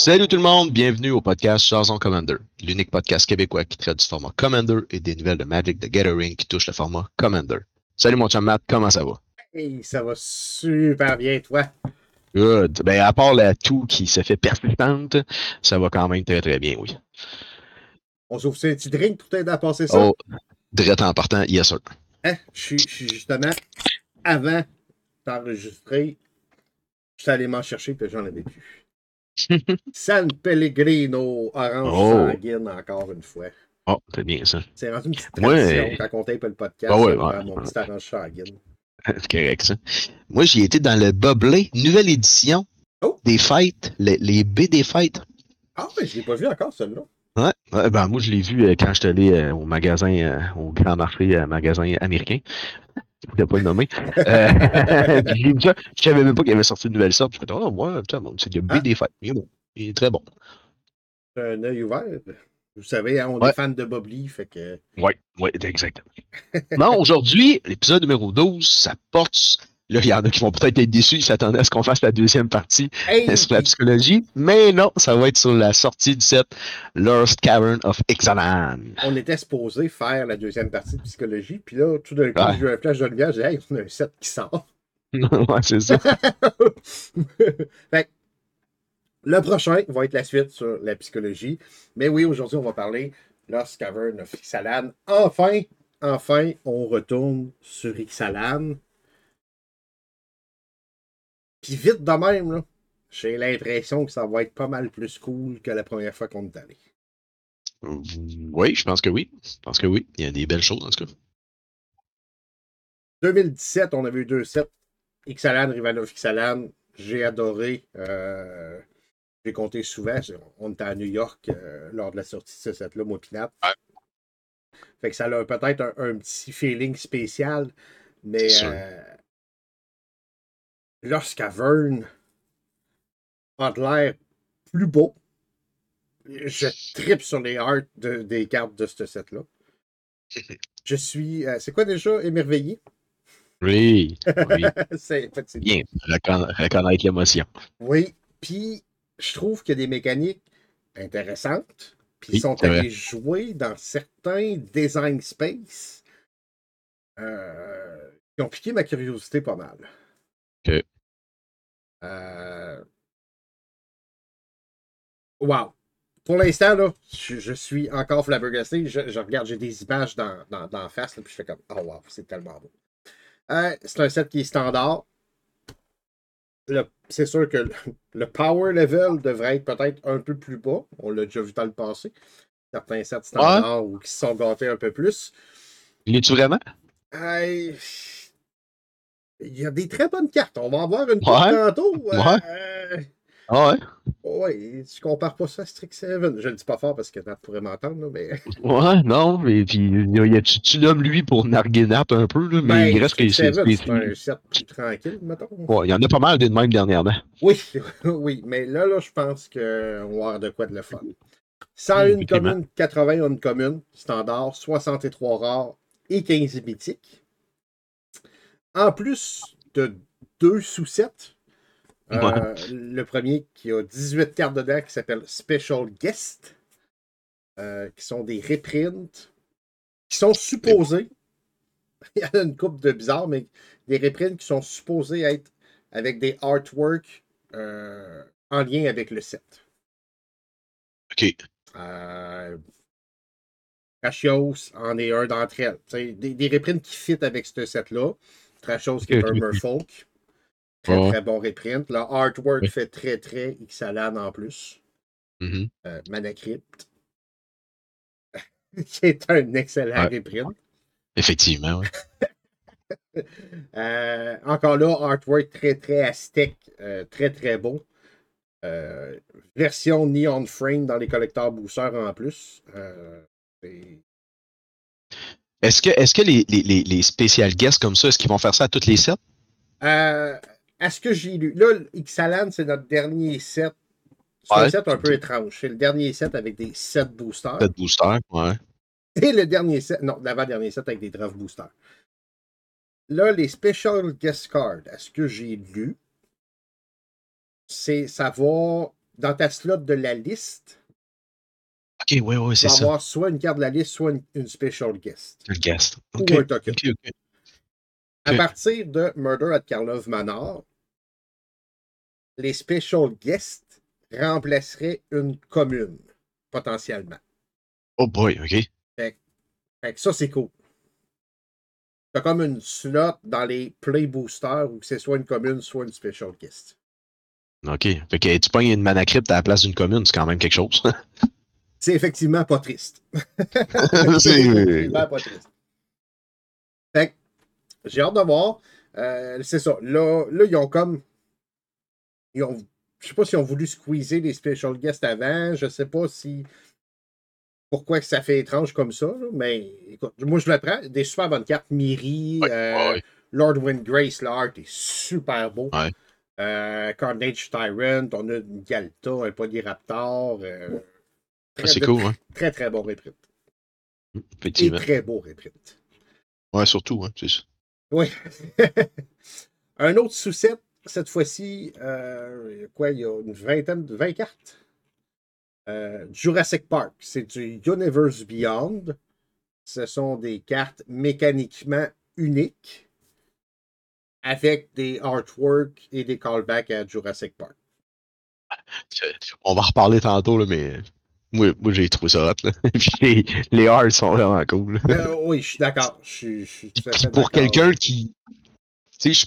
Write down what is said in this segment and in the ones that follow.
Salut tout le monde, bienvenue au podcast Jason Commander, l'unique podcast québécois qui traite du format Commander et des nouvelles de Magic the Gathering qui touchent le format Commander. Salut mon chum Matt, comment ça va? Hey, ça va super bien, toi. Good. Ben, à part la toux qui se fait persistante, ça va quand même très très bien, oui. On s'ouvre un petit drink pour t'aider à passer ça? Oh, direct en partant, yes sir. Hein? Je suis justement, avant d'enregistrer, je suis allé m'en chercher puis j'en avais plus. San Pellegrino, orange Oh, sanguine, encore une fois. oh, c'est bien ça. C'est rendu une petite Moi, tradition quand on tape le ah podcast, ouais, je me ouais, prends mon petit orange sanguine. c'est correct ça. Moi, j'y étais dans le Boblé, nouvelle édition Oh! des fêtes, les B des fêtes. Ah, mais je l'ai pas vu encore, celui-là. Ouais, ouais, ben moi je l'ai vu quand je suis allé au magasin, au grand marché, magasin américain. Je ne pas le nommer. Puis j'ai vu ça, je savais même pas qu'il avait sorti une nouvelle sorte. Je me suis dit, oh, ouais, putain, bon, c'est du B Ah, des fêtes. Il est bon. Il est très bon. un œil ouvert. Vous savez, hein, on est Ouais, fan de Bob Lee, fait que. ouais, ouais, exactement. Non, aujourd'hui, l'épisode numéro 12, ça porte. Là, il y en a qui vont peut-être être déçus, ils s'attendaient à ce qu'on fasse la deuxième partie Hey! sur la psychologie, mais non, ça va être sur la sortie du set Lost Cavern of Ixalan. On était supposé faire la deuxième partie de psychologie, puis là, tout d'un coup, j'ai Ouais, eu un flash de lumière, j'ai dit, hey, on a un set qui sort. ouais c'est ça. Fait que le prochain va être la suite sur la psychologie. Mais oui, aujourd'hui, on va parler Lost Cavern of Ixalan. Enfin, enfin, on retourne sur Ixalan. Puis vite de même, là, j'ai l'impression que ça va être pas mal plus cool que la première fois qu'on est allé. Oui, je pense que oui. Je pense que oui. Il y a des belles choses, en tout cas. 2017, on avait eu deux sets. Ixalan, Rivanov Ixalan. J'ai adoré. J'ai compté souvent. On était à New York lors de la sortie de ce set-là, moi Pinap. Ouais, Fait que ça a peut-être un petit feeling spécial, c'est mais sûr. Lost Cavern a de l'air plus beau. Je tripe sur les arts des cartes de ce set-là. Je suis, c'est quoi déjà, émerveillé? Oui, oui. C'est, en fait, c'est Bien, reconnaître l'émotion. Oui, puis je trouve qu'il y a des mécaniques intéressantes, puis ils Oui, sont c'est vrai. allés jouer dans certains design space qui ont piqué ma curiosité pas mal. Que, Euh, wow! Pour l'instant, là, je suis encore flabbergasté. Je regarde, j'ai des images dans face, là, puis je fais comme, oh wow, c'est tellement beau. C'est un set qui est standard. C'est sûr que le power level devrait être peut-être un peu plus bas. On l'a déjà vu dans le passé. Certains sets ouais, standards ou qui se sont gâtés un peu plus. l'es-tu vraiment? Il y a des très bonnes cartes. On va en voir une coupe Ouais, tantôt. ouais, ouais, Ouais, tu compares pas ça à Strixhaven. Je le dis pas fort parce que Nat pourrait m'entendre, mais. ouais, non, mais puis, tu nommes lui pour Narguinap un peu, là, mais il Ben, reste que Strixhaven, c'est un set plus tranquille, mettons. ouais, il y en a pas mal des de même dernièrement. Oui, oui, mais là, je pense qu'on va avoir de quoi de le fun. 101 Effectivement. communes, 81 communes, standard, 63 rares et 15 mythiques. En plus de deux sous-sets, Ouais, le premier qui a 18 cartes dedans qui s'appelle Special Guest, qui sont des reprints, qui sont supposés, il y en a une couple de bizarres, mais des reprints qui sont supposés être avec des artworks en lien avec le set. ok. Euh, Trashos en est un d'entre elles. Des reprints qui fit avec ce set-là. Trashos qui Ok, est ok, un ok. Merfolk. Très Ouais, très bon reprint. Le artwork ouais. fait très très Ixalan en plus. Mhm. Manacrypt, qui est un excellent Ouais, reprint. effectivement, ouais. Encore là, artwork très très aztèque, très très beau. Euh, Version Neon Frame dans les collecteurs boosters en plus. Est-ce que les spécial guests comme ça, est-ce qu'ils vont faire ça à toutes les sets? Euh, à ce que j'ai lu, là, Ixalan, c'est notre dernier set. C'est un Ouais. set un peu étrange. C'est le dernier set avec des 7 boosters. Set booster, ouais. Et le dernier set, non, l'avant-dernier set avec des draft boosters. Là, les special guest cards, à ce que j'ai lu, ça va dans ta slot de la liste, Ok, ouais, tu c'est vas ça. avoir soit une carte de la liste, soit une special guest. Le guest. Ok, Ou un token. ok. À partir de Murder at Karlov Manor, les special guests remplaceraient une commune, potentiellement. Oh boy, ok. Fait que ça, c'est cool. T'as comme une slot dans les play boosters où c'est soit une commune, soit une special guest. Ok. Fait que tu pognes une mana crypt à la place d'une commune, c'est quand même quelque chose. C'est effectivement pas triste. C'est c'est. effectivement pas triste. Fait que j'ai hâte de voir. C'est ça. Là, ils ont comme. Je sais pas s'ils ont voulu squeezer les special guests avant. Je sais pas si. Pourquoi que ça fait étrange comme ça. Là, mais écoute, moi je le prends. Des super bonnes cartes. Miri, Ouais. Lord Windgrace, l'art est super beau. Ouais. Carnage Tyrant, on a une Galta, un Polyraptor. C'est cool, hein. Très, très bon reprint. Et Effectivement. très beau reprint. Ouais, surtout, hein, c'est ça. Oui. Un autre sous-set, cette fois-ci, quoi, il y a une vingtaine, 20 cartes. Jurassic Park, c'est du Universe Beyond. Ce sont des cartes mécaniquement uniques avec des artworks et des callbacks à Jurassic Park. On va reparler tantôt, là, mais moi j'ai trouvé ça hot. Là. Puis les arts sont vraiment cool. Oui, je suis d'accord. Je suis tout à Puis fait pour d'accord. quelqu'un qui. Tu sais,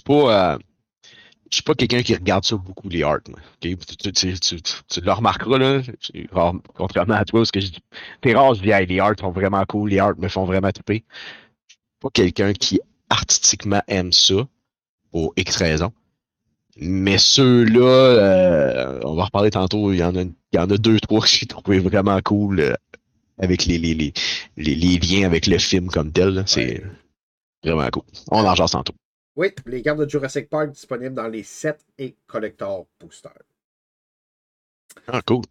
je suis pas quelqu'un qui regarde ça beaucoup, les arts. Moi, okay? Tu le remarqueras, là, contrairement à toi, parce que je dis, t'es rare, je dis, hey, les arts sont vraiment cool, les arts me font vraiment triper. Je suis pas quelqu'un qui artistiquement aime ça, pour X raisons. Mais ceux-là, on va reparler tantôt, il y en a deux, trois que j'ai trouvé vraiment cool avec les liens avec le film comme tel. Là, c'est Ouais. vraiment cool. On en jase tantôt. Oui, les cartes de Jurassic Park disponibles dans les 7 et Collector Booster. Ah, cool.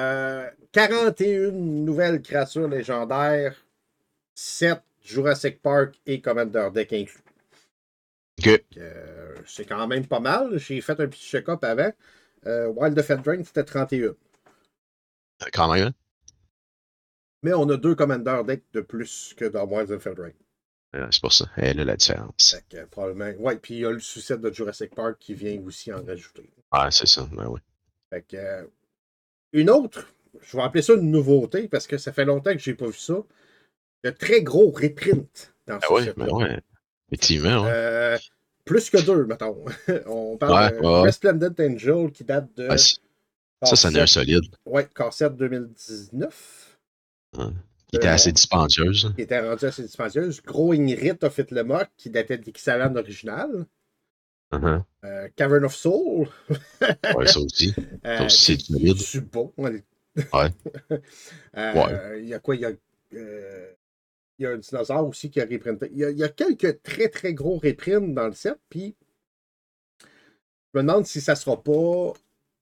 41 nouvelles créatures légendaires, 7 Jurassic Park et Commander Deck inclus. OK. C'est quand même pas mal. J'ai fait un petit check-up avant. Wild of Eldraine, c'était 31. Quand même, hein? Mais on a 2 Commander Deck de plus que dans Wild of Eldraine. C'est pour ça. Elle a la différence. Fait que, probablement. Ouais, puis il y a le sous-set de Jurassic Park qui vient aussi en rajouter. Ouais, c'est ça. Ben, oui. Fait que, une autre, je vais appeler ça une nouveauté parce que ça fait longtemps que j'ai pas vu ça. De très gros reprint dans Ben ce oui, ben set-là. ouais. Effectivement, ouais. Plus que 2, mettons. On parle Ouais, de ouais. Resplendent Angel qui date Ouais, de ça en est un Corset, solide. ouais, Corset 2019. Hein. Qui était assez Non, dispendieuse. qui était rendu assez dispendieuse. Gros Ingrid of Hitlemock qui datait de l'Ixalan original. Uh-huh. Cavern of Soul. Ouais, ça aussi. Ça aussi, c'est Qui est solide. du bon. Ouais. Ouais. Il y a quoi? Il y a un dinosaure aussi qui a reprinté. Il y a quelques très très gros reprints dans le set, puis je me demande si ça sera pas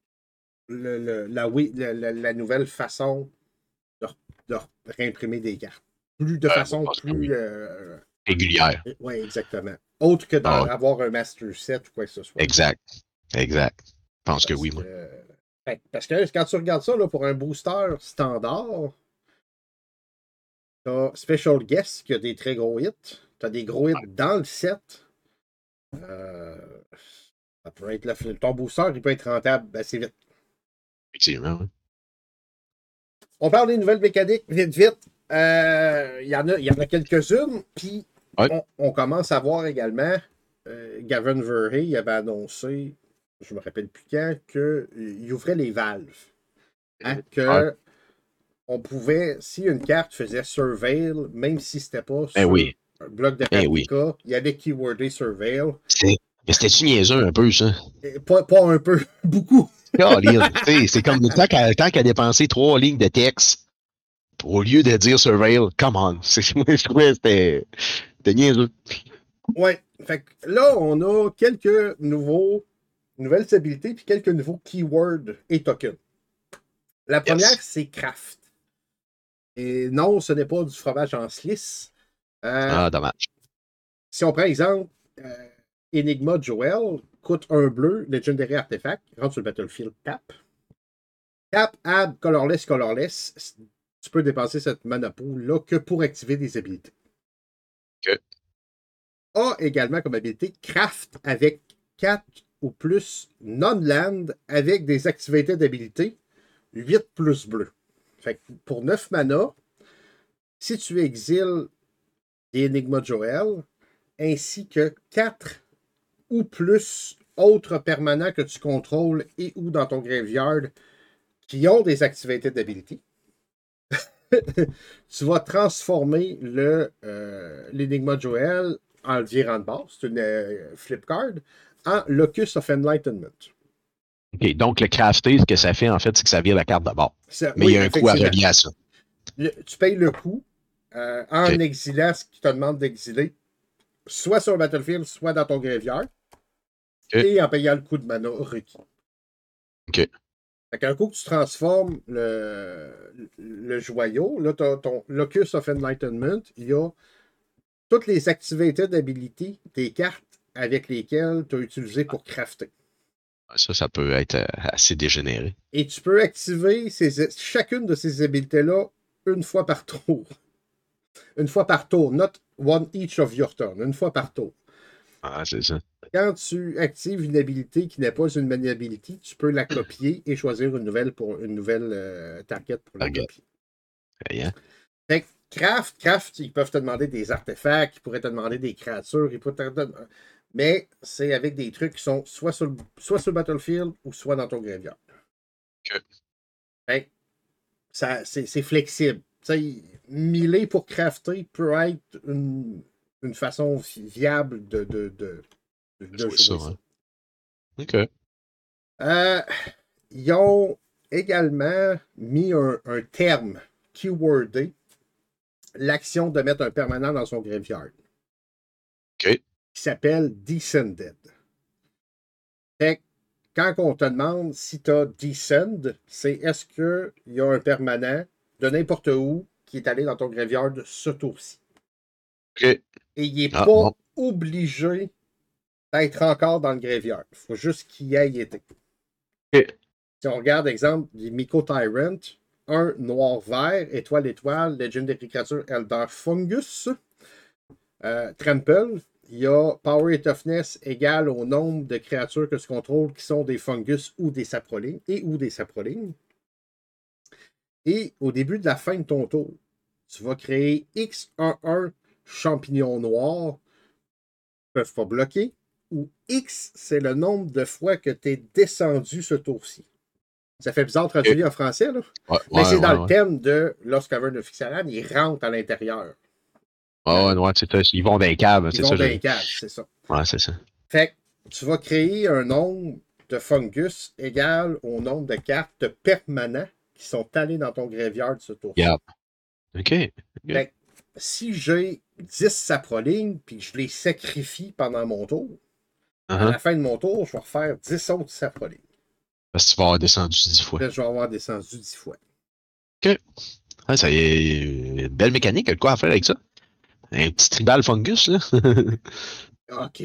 la nouvelle façon de, de réimprimer des cartes. De Moi, je façon pense que plus. oui. Régulière. Oui, exactement. Autre que Ah ouais. d'avoir un master set ou quoi que ce soit. Exact. Exact. Je pense que Parce oui, moi. que, parce que quand tu regardes ça là, pour un booster standard, t'as Special Guest qui a des très gros hits. T'as des gros hits dans le set. Euh, Ça peut être ton booster, il peut être rentable assez vite. Effectivement, oui. On parle des nouvelles mécaniques, vite, vite. Il y en a quelques-unes, puis Ouais. on commence à voir également, Gavin Verhey avait annoncé, je me rappelle plus quand, qu'il ouvrait les valves. Hein, Ouais. que on pouvait, si une carte faisait Surveil, même si c'était pas Ben sur oui. un bloc de Ben oui. Paprika, il y avait keywordé Surveil. Mais c'était-tu niaiseux un peu, ça? Et pas un peu, beaucoup. Caroline, c'est comme tant qu'à dépenser 3 lignes de texte au lieu de dire surveil, come on. Moi, je trouvais que c'était niaiseux. Ouais. Fait que là, on a quelques nouvelles habilités puis quelques nouveaux keywords et tokens. La première, Yes. c'est craft. Et non, ce n'est pas du fromage en slice. Euh, Ah, dommage. Si on prend exemple, Enigma Joel coûte 1 bleu, Legendary Artifact, rentre sur le battlefield, tap. Tap, add, colorless, colorless. Tu peux dépenser cette mana pool-là que pour activer des habilités. OK. A également comme habilité craft avec 4 ou plus non-land avec des activités d'habilité 8 plus bleu. Fait que pour 9 mana, si tu exiles des Enigma Joel, ainsi que 4 ou plus autres permanents que tu contrôles et ou dans ton graveyard qui ont des activités d'habilité, tu vas transformer l'Enigma Joel en le virant de base, c'est une flip card, en Locus of Enlightenment. OK. Donc, le crafter, ce que ça fait, en fait, c'est que ça vire la carte de bord. Mais il Oui, y a un coût à effectivement. relier à ça. Tu payes le coût en OK. exilant ce qui te demande d'exiler, soit sur le battlefield, soit dans ton graveyard, OK. et en payant le coût de mana requis. OK. Fait qu'un coup que tu transformes le joyau, là, tu as ton Locus of Enlightenment, il y a toutes les activités d'habilité des cartes avec lesquelles tu as utilisé pour crafter. Ça peut être assez dégénéré. Et tu peux activer chacune de ces habilités-là une fois par tour. Une fois par tour, not one each of your turn, une fois par tour. Ah, c'est ça. Quand tu actives une habilité qui n'est pas une maniabilité, tu peux la copier et choisir une nouvelle target pour la Regarde. copier. Voyons. Fait que craft, ils peuvent te demander des artefacts, ils pourraient te demander des créatures, mais c'est avec des trucs qui sont soit sur le battlefield ou soit dans ton graveyard. OK. Fait que c'est flexible. Miler pour crafter peut être une façon viable de jouer ça. Hein. OK. Ils ont également mis un terme keywordé, l'action de mettre un permanent dans son graveyard, OK. qui s'appelle Descended. Fait que quand on te demande si tu as Descend, c'est est-ce qu'il y a un permanent de n'importe où qui est allé dans ton graveyard ce tour-ci. OK. Et il n'est Ah, pas bon. obligé d'être encore dans le graveyard. Il faut juste qu'il y ait été. OK. Si on regarde, exemple, les Miko Tyrant, un noir-vert, étoile, Legendary Creature Elder Fungus, Trample, il y a Power et Toughness égal au nombre de créatures que tu contrôles qui sont des fungus ou des saprolines, Et au début de la fin de ton tour, tu vas créer X11 champignons noirs qui ne peuvent pas bloquer, ou X, c'est le nombre de fois que tu es descendu ce tour-ci. Ça fait bizarre traduit en français, là. Mais c'est dans le thème de Lost Cavern of Ixalan, ils rentrent à l'intérieur. C'est ça. Ils vont dans les caves. Ils vont dans les caves, c'est ça. Ouais, c'est ça. Fait que tu vas créer un nombre de fungus égal au nombre de cartes permanents qui sont allées dans ton graveyard de ce tour-ci. Yep. OK. Fait que si j'ai 10 saprolines puis je les sacrifie pendant mon tour, à la fin de mon tour, je vais refaire 10 autres saprolines. Parce que tu vas avoir descendu 10 fois. Là, je vais avoir descendu 10 fois. OK. Ah, ça y est, une belle mécanique. Il y a de quoi à faire avec ça. Un petit tribal fungus, là. OK.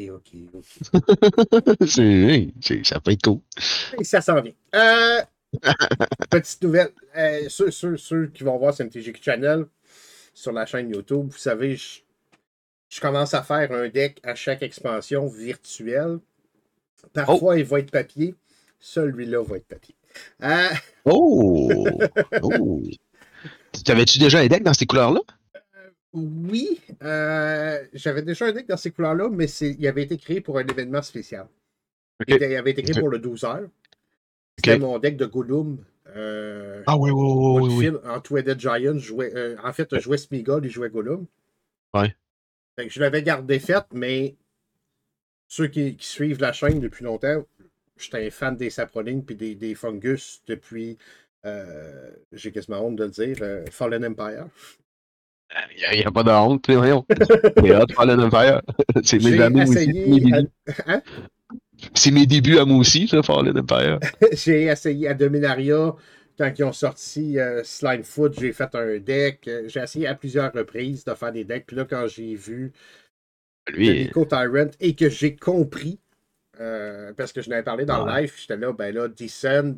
Ça peut être cool. Et ça s'en vient. Petite nouvelle. Ceux qui vont voir sur MTGQ Channel, sur la chaîne YouTube, vous savez, je commence à faire un deck à chaque expansion virtuelle. Parfois, il va être papier. Celui-là va être papier. T'avais-tu déjà un deck dans ces couleurs-là? Oui. J'avais déjà un deck dans ces couleurs-là, mais il avait été créé pour un événement spécial. Okay. Il avait été créé pour le 12 heures. C'était mon deck de Gollum. Oui. En Two-Headed Giant, je jouais Smeagol et je jouais Gollum. Ouais. Fait que je l'avais gardé faite, mais ceux qui suivent la chaîne depuis longtemps, j'étais un fan des saprolines puis des fungus depuis, j'ai quasiment honte de le dire, Fallen Empire. Il n'y a pas de honte, voyons. C'est hot, Fallen Empire. C'est mes amis aussi. C'est mes débuts à moi aussi, ça, Fallen Empire. J'ai essayé à Dominaria, quand ils ont sorti Slimefoot, j'ai fait un deck. J'ai essayé à plusieurs reprises de faire des decks. Puis là, quand j'ai vu le Miko Tyrant et que j'ai compris parce que je n'avais parlé dans le Ouais. live, j'étais là, ben là, Descend,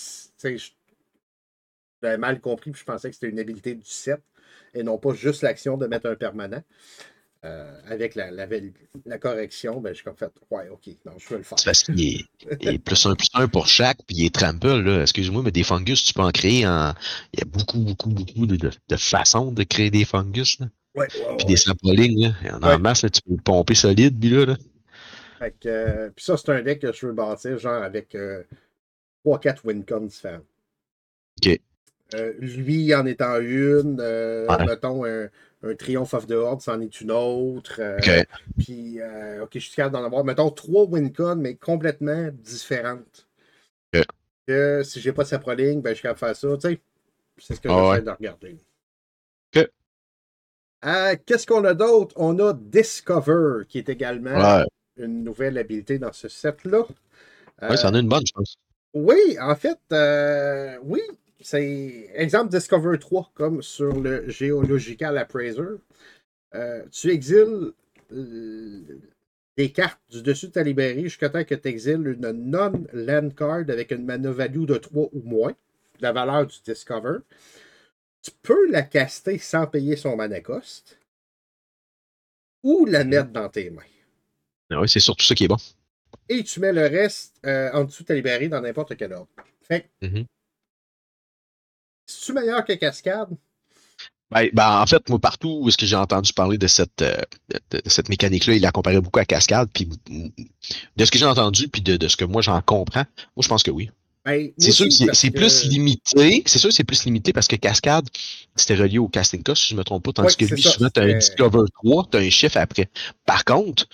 j'avais mal compris, puis je pensais que c'était une habilité du set, et non pas juste l'action de mettre un permanent. Avec la correction, ben, j'ai comme fait, ouais, ok, non, je vais le faire. C'est parce qu'il est plus un pour chaque, puis il est trample, là. Excuse-moi, mais des fungus, tu peux en créer en. Il y a beaucoup de façons de créer des fungus, là. Ouais, ouais, Puis des ouais. sapolines, là. Il y en a en Ouais. masse, là. Tu peux le pomper solide, puis là. Fait que, puis ça, c'est un deck que je veux bâtir, genre avec 3-4 wincons différents. OK. Lui en étant une, Ouais. mettons un Triumph of the Horde, c'en est une autre. OK. Puis, ok, je suis capable d'en avoir, mettons, 3 wincons, mais complètement différentes. OK. Que si j'ai pas de saproling, ben, je suis capable de faire ça. Tu sais, c'est ce que Ah ouais. j'essaie de regarder. OK. Qu'est-ce qu'on a d'autre? On a Discover, qui est également Ouais. une nouvelle habilité dans ce set-là. Ouais, ça en Euh, a une bonne, je pense. oui, en fait, oui. C'est exemple Discover 3, comme sur le Geological Appraiser. Tu exiles des cartes du dessus de ta librairie jusqu'à temps que tu exiles une non-land card avec une mana value de 3 ou moins, la valeur du Discover. Tu peux la caster sans payer son mana cost ou la Mhm. mettre dans tes mains. Ah ouais, c'est surtout ça qui est bon. Et tu mets le reste en dessous de ta librairie dans n'importe quel ordre. Fait que, Mhm. c'est-tu meilleur que Cascade? Ben, en fait, moi, partout où est-ce que j'ai entendu parler de cette mécanique-là, il la comparait beaucoup à Cascade. Puis de ce que j'ai entendu, puis de ce que moi j'en comprends, moi je pense que oui. Ben, moi C'est sûr que aussi, parce c'est plus que. limité. C'est sûr que c'est plus limité parce que Cascade, c'était relié au casting cost, si je ne me trompe pas. Oui, Tandis que c'est lui, ça. souvent, tu as un C'était. Discover 3, tu as un chiffre après. Par contre,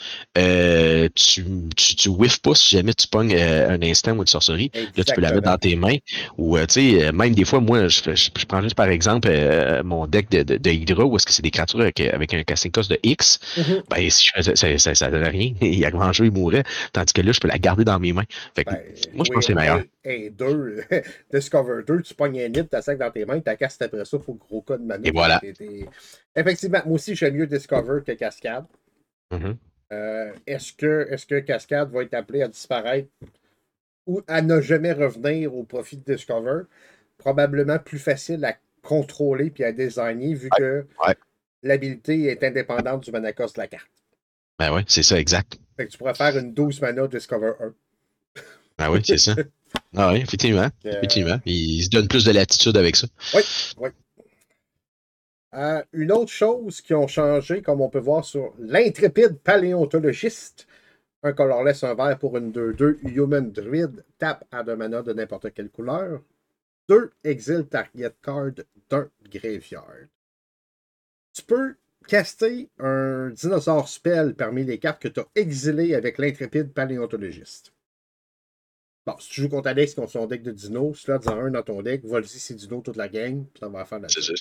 tu whiffes pas si jamais tu pognes un instant ou une sorcerie. Là, tu peux la mettre Exactement. dans tes mains. Ou, tu sais, même des fois, moi, je prends juste par exemple mon deck de Hydra, où est-ce que c'est des créatures avec un casting cost de X. Mhm. Ben, si je faisais, ça donne rien. Il arrive en jeu, il mourrait. Tandis que là, je peux la garder dans mes mains. Fait que, Ben, moi, je oui, pense que c'est meilleur. et 2, Discover 2, tu pognes un nid, tu sac dans tes mains, tu casses après ça pour gros cas de mana. Et voilà. Effectivement, moi aussi, j'aime mieux Discover que Cascade. Mhm. Est-ce que Cascade va être appelé à disparaître ou à ne jamais revenir au profit de Discover? Probablement plus facile à contrôler puis à designer vu Ouais, que ouais. l'habilité est indépendante du mana cost de la carte. Ben ouais, c'est ça, exact. Fait que tu pourrais faire une 12 mana Discover 1. Ben oui, c'est ça. Ah oui, effectivement. Euh, Effectivement. Il se donne plus de latitude avec ça. oui, oui. Une autre chose qui ont changé, comme on peut voir sur l'intrépide paléontologiste, un colorless, un vert pour une 2/2, Human Druid, tape à 2 mana de n'importe quelle couleur. 2 exile target card d'un graveyard. Tu peux caster un dinosaure spell parmi les cartes que tu as exilées avec l'intrépide paléontologiste. Bon, si tu joues contre Alex contre son deck de dino, si tu as un dans ton deck, vas-y, c'est dino toute la game, puis ça va faire la C'est job. ça.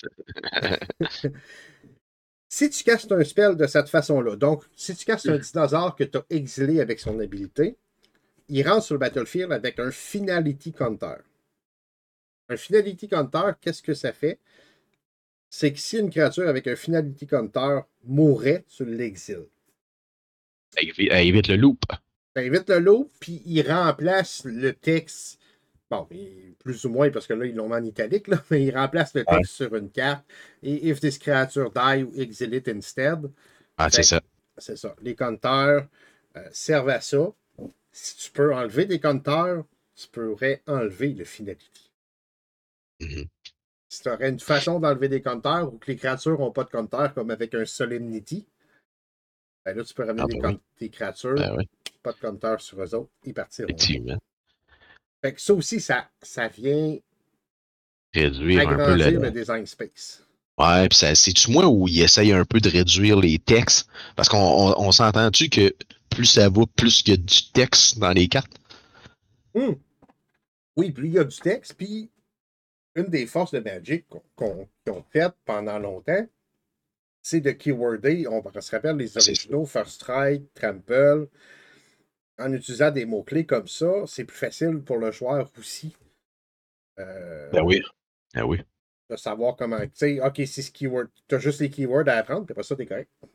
Si tu castes un spell de cette façon-là, donc si tu castes un dinosaure que tu as exilé avec son habilité, il rentre sur le battlefield avec un Finality Counter. Un Finality Counter, qu'est-ce que ça fait? C'est que si une créature avec un Finality Counter mourrait, tu l'exiles. Évite le loop. Ça évite le lot, puis il remplace le texte. Bon, plus ou moins, parce que là, ils l'ont mis en italique, là, mais il remplace le Ouais. texte sur une carte. Et if this creature die ou exile it instead. Ah, c'est Fait ça. c'est ça. Les compteurs servent à ça. Si tu peux enlever des compteurs, tu pourrais enlever le finality. Mhm. Si tu aurais une façon d'enlever des compteurs ou que les créatures n'ont pas de compteurs, comme avec un Solemnity, ben là, tu peux ramener Ah, ben oui. des créatures, Ben oui, pas de compteurs sur eux autres, ils partiront pas. effectivement. Fait que ça aussi, ça vient Réduire un peu le. agrandir le design space. Ouais, puis ça, c'est-tu moi où il essaye un peu de réduire les textes? Parce qu'on s'entend-tu que plus ça va, plus il y a du texte dans les cartes? Hum. Oui, puis il y a du texte, puis une des forces de Magic qu'ils ont faites pendant longtemps, c'est de keyworder. On se rappelle les Ah, c'est ça. originaux, First Strike, Trample. En utilisant des mots-clés comme ça, c'est plus facile pour le joueur aussi Ben euh, oui. Ben oui. de savoir comment. Tu sais, OK, c'est ce keyword. Tu as juste les keywords à apprendre, puis après ça, t'es correct.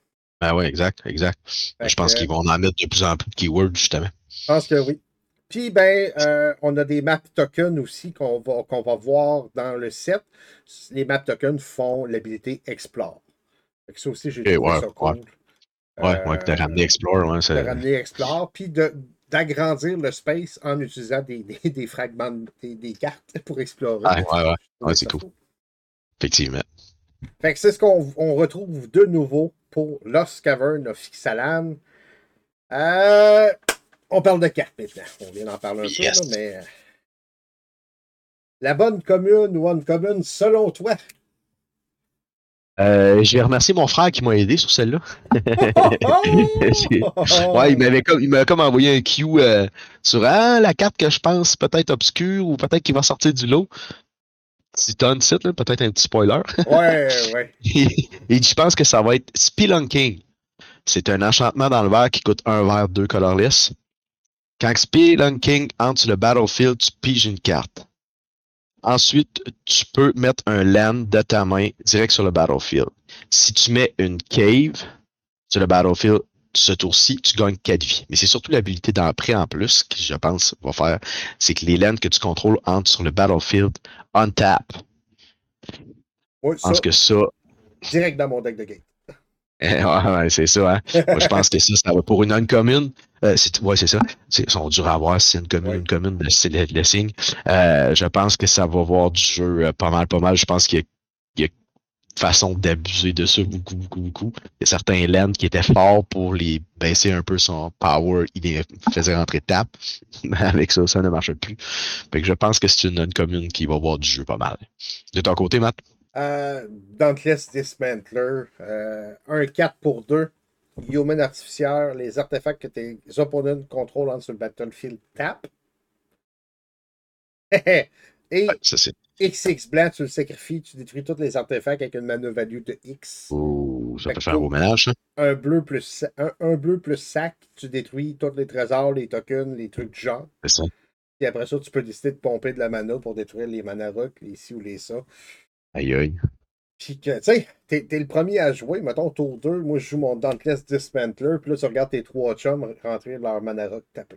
Ah ouais, exact, exact. Fait Je que, pense qu'ils vont en mettre de plus en plus de keywords, justement. je pense que oui. Puis, ben, on a des map tokens aussi qu'on va voir dans le set. Les map tokens font l'habilité Explore. Fait que ça aussi, j'ai Ok, trouvé ouais, ça ouais, cool. ouais, de ramener Euh, Explore, ouais, de c'est. ramener Explore, puis d'agrandir le space en utilisant des fragments, des cartes pour explorer. Ah, ouais, ouais, Je ouais, trouvais c'est ça cool. fou. Effectivement. Fait que c'est ce qu'on retrouve de nouveau pour Lost Cavern of Ixalan. Euh, on parle de cartes maintenant. On vient d'en parler un peu, là, Yes. mais la bonne commune ou uncommune, selon toi? Je vais remercier mon frère qui m'a aidé sur celle-là. Oh, oh, Ouais, oh! il m'avait comme envoyé un cue sur la carte que je pense peut-être obscure ou peut-être qu'il va sortir du lot. Si t'as un site, là, peut-être un petit spoiler. Ouais, ouais. Et je pense que ça va être Spelunking. C'est un enchantement dans le verre qui coûte un verre, deux colorless. Quand Spelunking entre sur le battlefield, tu piges une carte. Ensuite, tu peux mettre un land de ta main direct sur le battlefield. Si tu mets une cave sur le battlefield, ce tour-ci, tu gagnes 4 vies. Mais c'est surtout l'habilité d'après en plus qui, je pense, va faire, c'est que les lands que tu contrôles entrent sur le battlefield on tap. Ouais, Je pense ça, que ça, direct dans mon deck de game. ouais, c'est ça, hein. Moi, je pense que ça va pour une uncommune. Ouais, c'est ça. Ils sont durs à voir si c'est une commune ou Ouais. une commune, c'est le signe. Je pense que ça va voir du jeu pas mal, pas mal. Je pense qu'il y a façon d'abuser de ça beaucoup, beaucoup, beaucoup. Il y a certains lands qui étaient forts pour les baisser un peu son power. Il les faisait rentrer tap. Mais avec ça, ça ne marche plus. Fait que je pense que c'est une uncommune qui va voir du jeu pas mal. De ton côté, Matt? Dauntless Dismantler, un 4 pour 2. Human artificiaire, les artefacts que tes opponents contrôlent entre sur le battlefield tap. Ouais, Et ça c'est. XX blanc, tu le sacrifies, tu détruis tous les artefacts avec une mana value de X. Oh, ça Fait peut que faire un beau ménage, ça. un bleu plus sac, tu détruis tous les trésors, les tokens, les trucs du genre. C'est ça. Puis après ça, tu peux décider de pomper de la mana pour détruire les mana rock, les ci ou les ça. Aïe aïe. Puis que, tu sais, t'es le premier à jouer. Mettons, tour 2, moi, je joue mon Dauntless Dismantler. Puis là, tu regardes tes trois chums rentrer leur mana rock taper.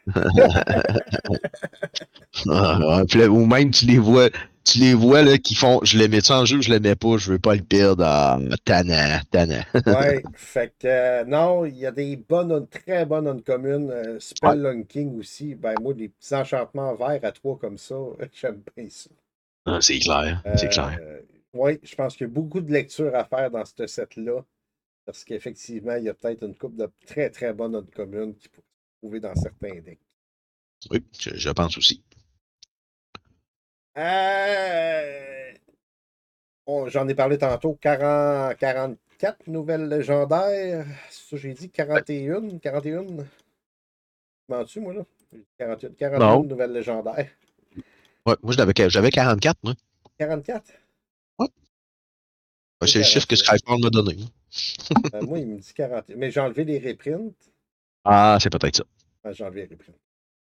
Puis là, ou même tu les vois là, qui font je le mets en jeu, je le mets pas, je veux pas le perdre. Ah, tannant, tannant. Ouais, fait que non, il y a des bonnes, très bonnes uncommunes. Ouais, Spelunking aussi. Ben, moi, des petits enchantements verts à trois comme ça, j'aime bien ça. ah, c'est clair, c'est clair. Euh, oui, je pense qu'il y a beaucoup de lectures à faire dans ce set-là. Parce qu'effectivement, il y a peut-être une couple de très, très bonnes uncommunes qui pourraient se trouver dans certains decks. Oui, je pense aussi. Euh, j'en ai parlé tantôt, 44 nouvelles légendaires. Ça, j'ai dit Ouais. 41. 41. Mens-tu, moi, là? J'ai dit 41, 41 Non. nouvelles légendaires. Ouais, moi j'avais 44, moi. 44? Ouais. Ouais, Moi, c'est le chiffre que 41. Skyfall m'a donné. Moi, il me dit 41. Mais j'ai enlevé les reprints. Ah, c'est peut-être ça. J'ai enlevé les reprints.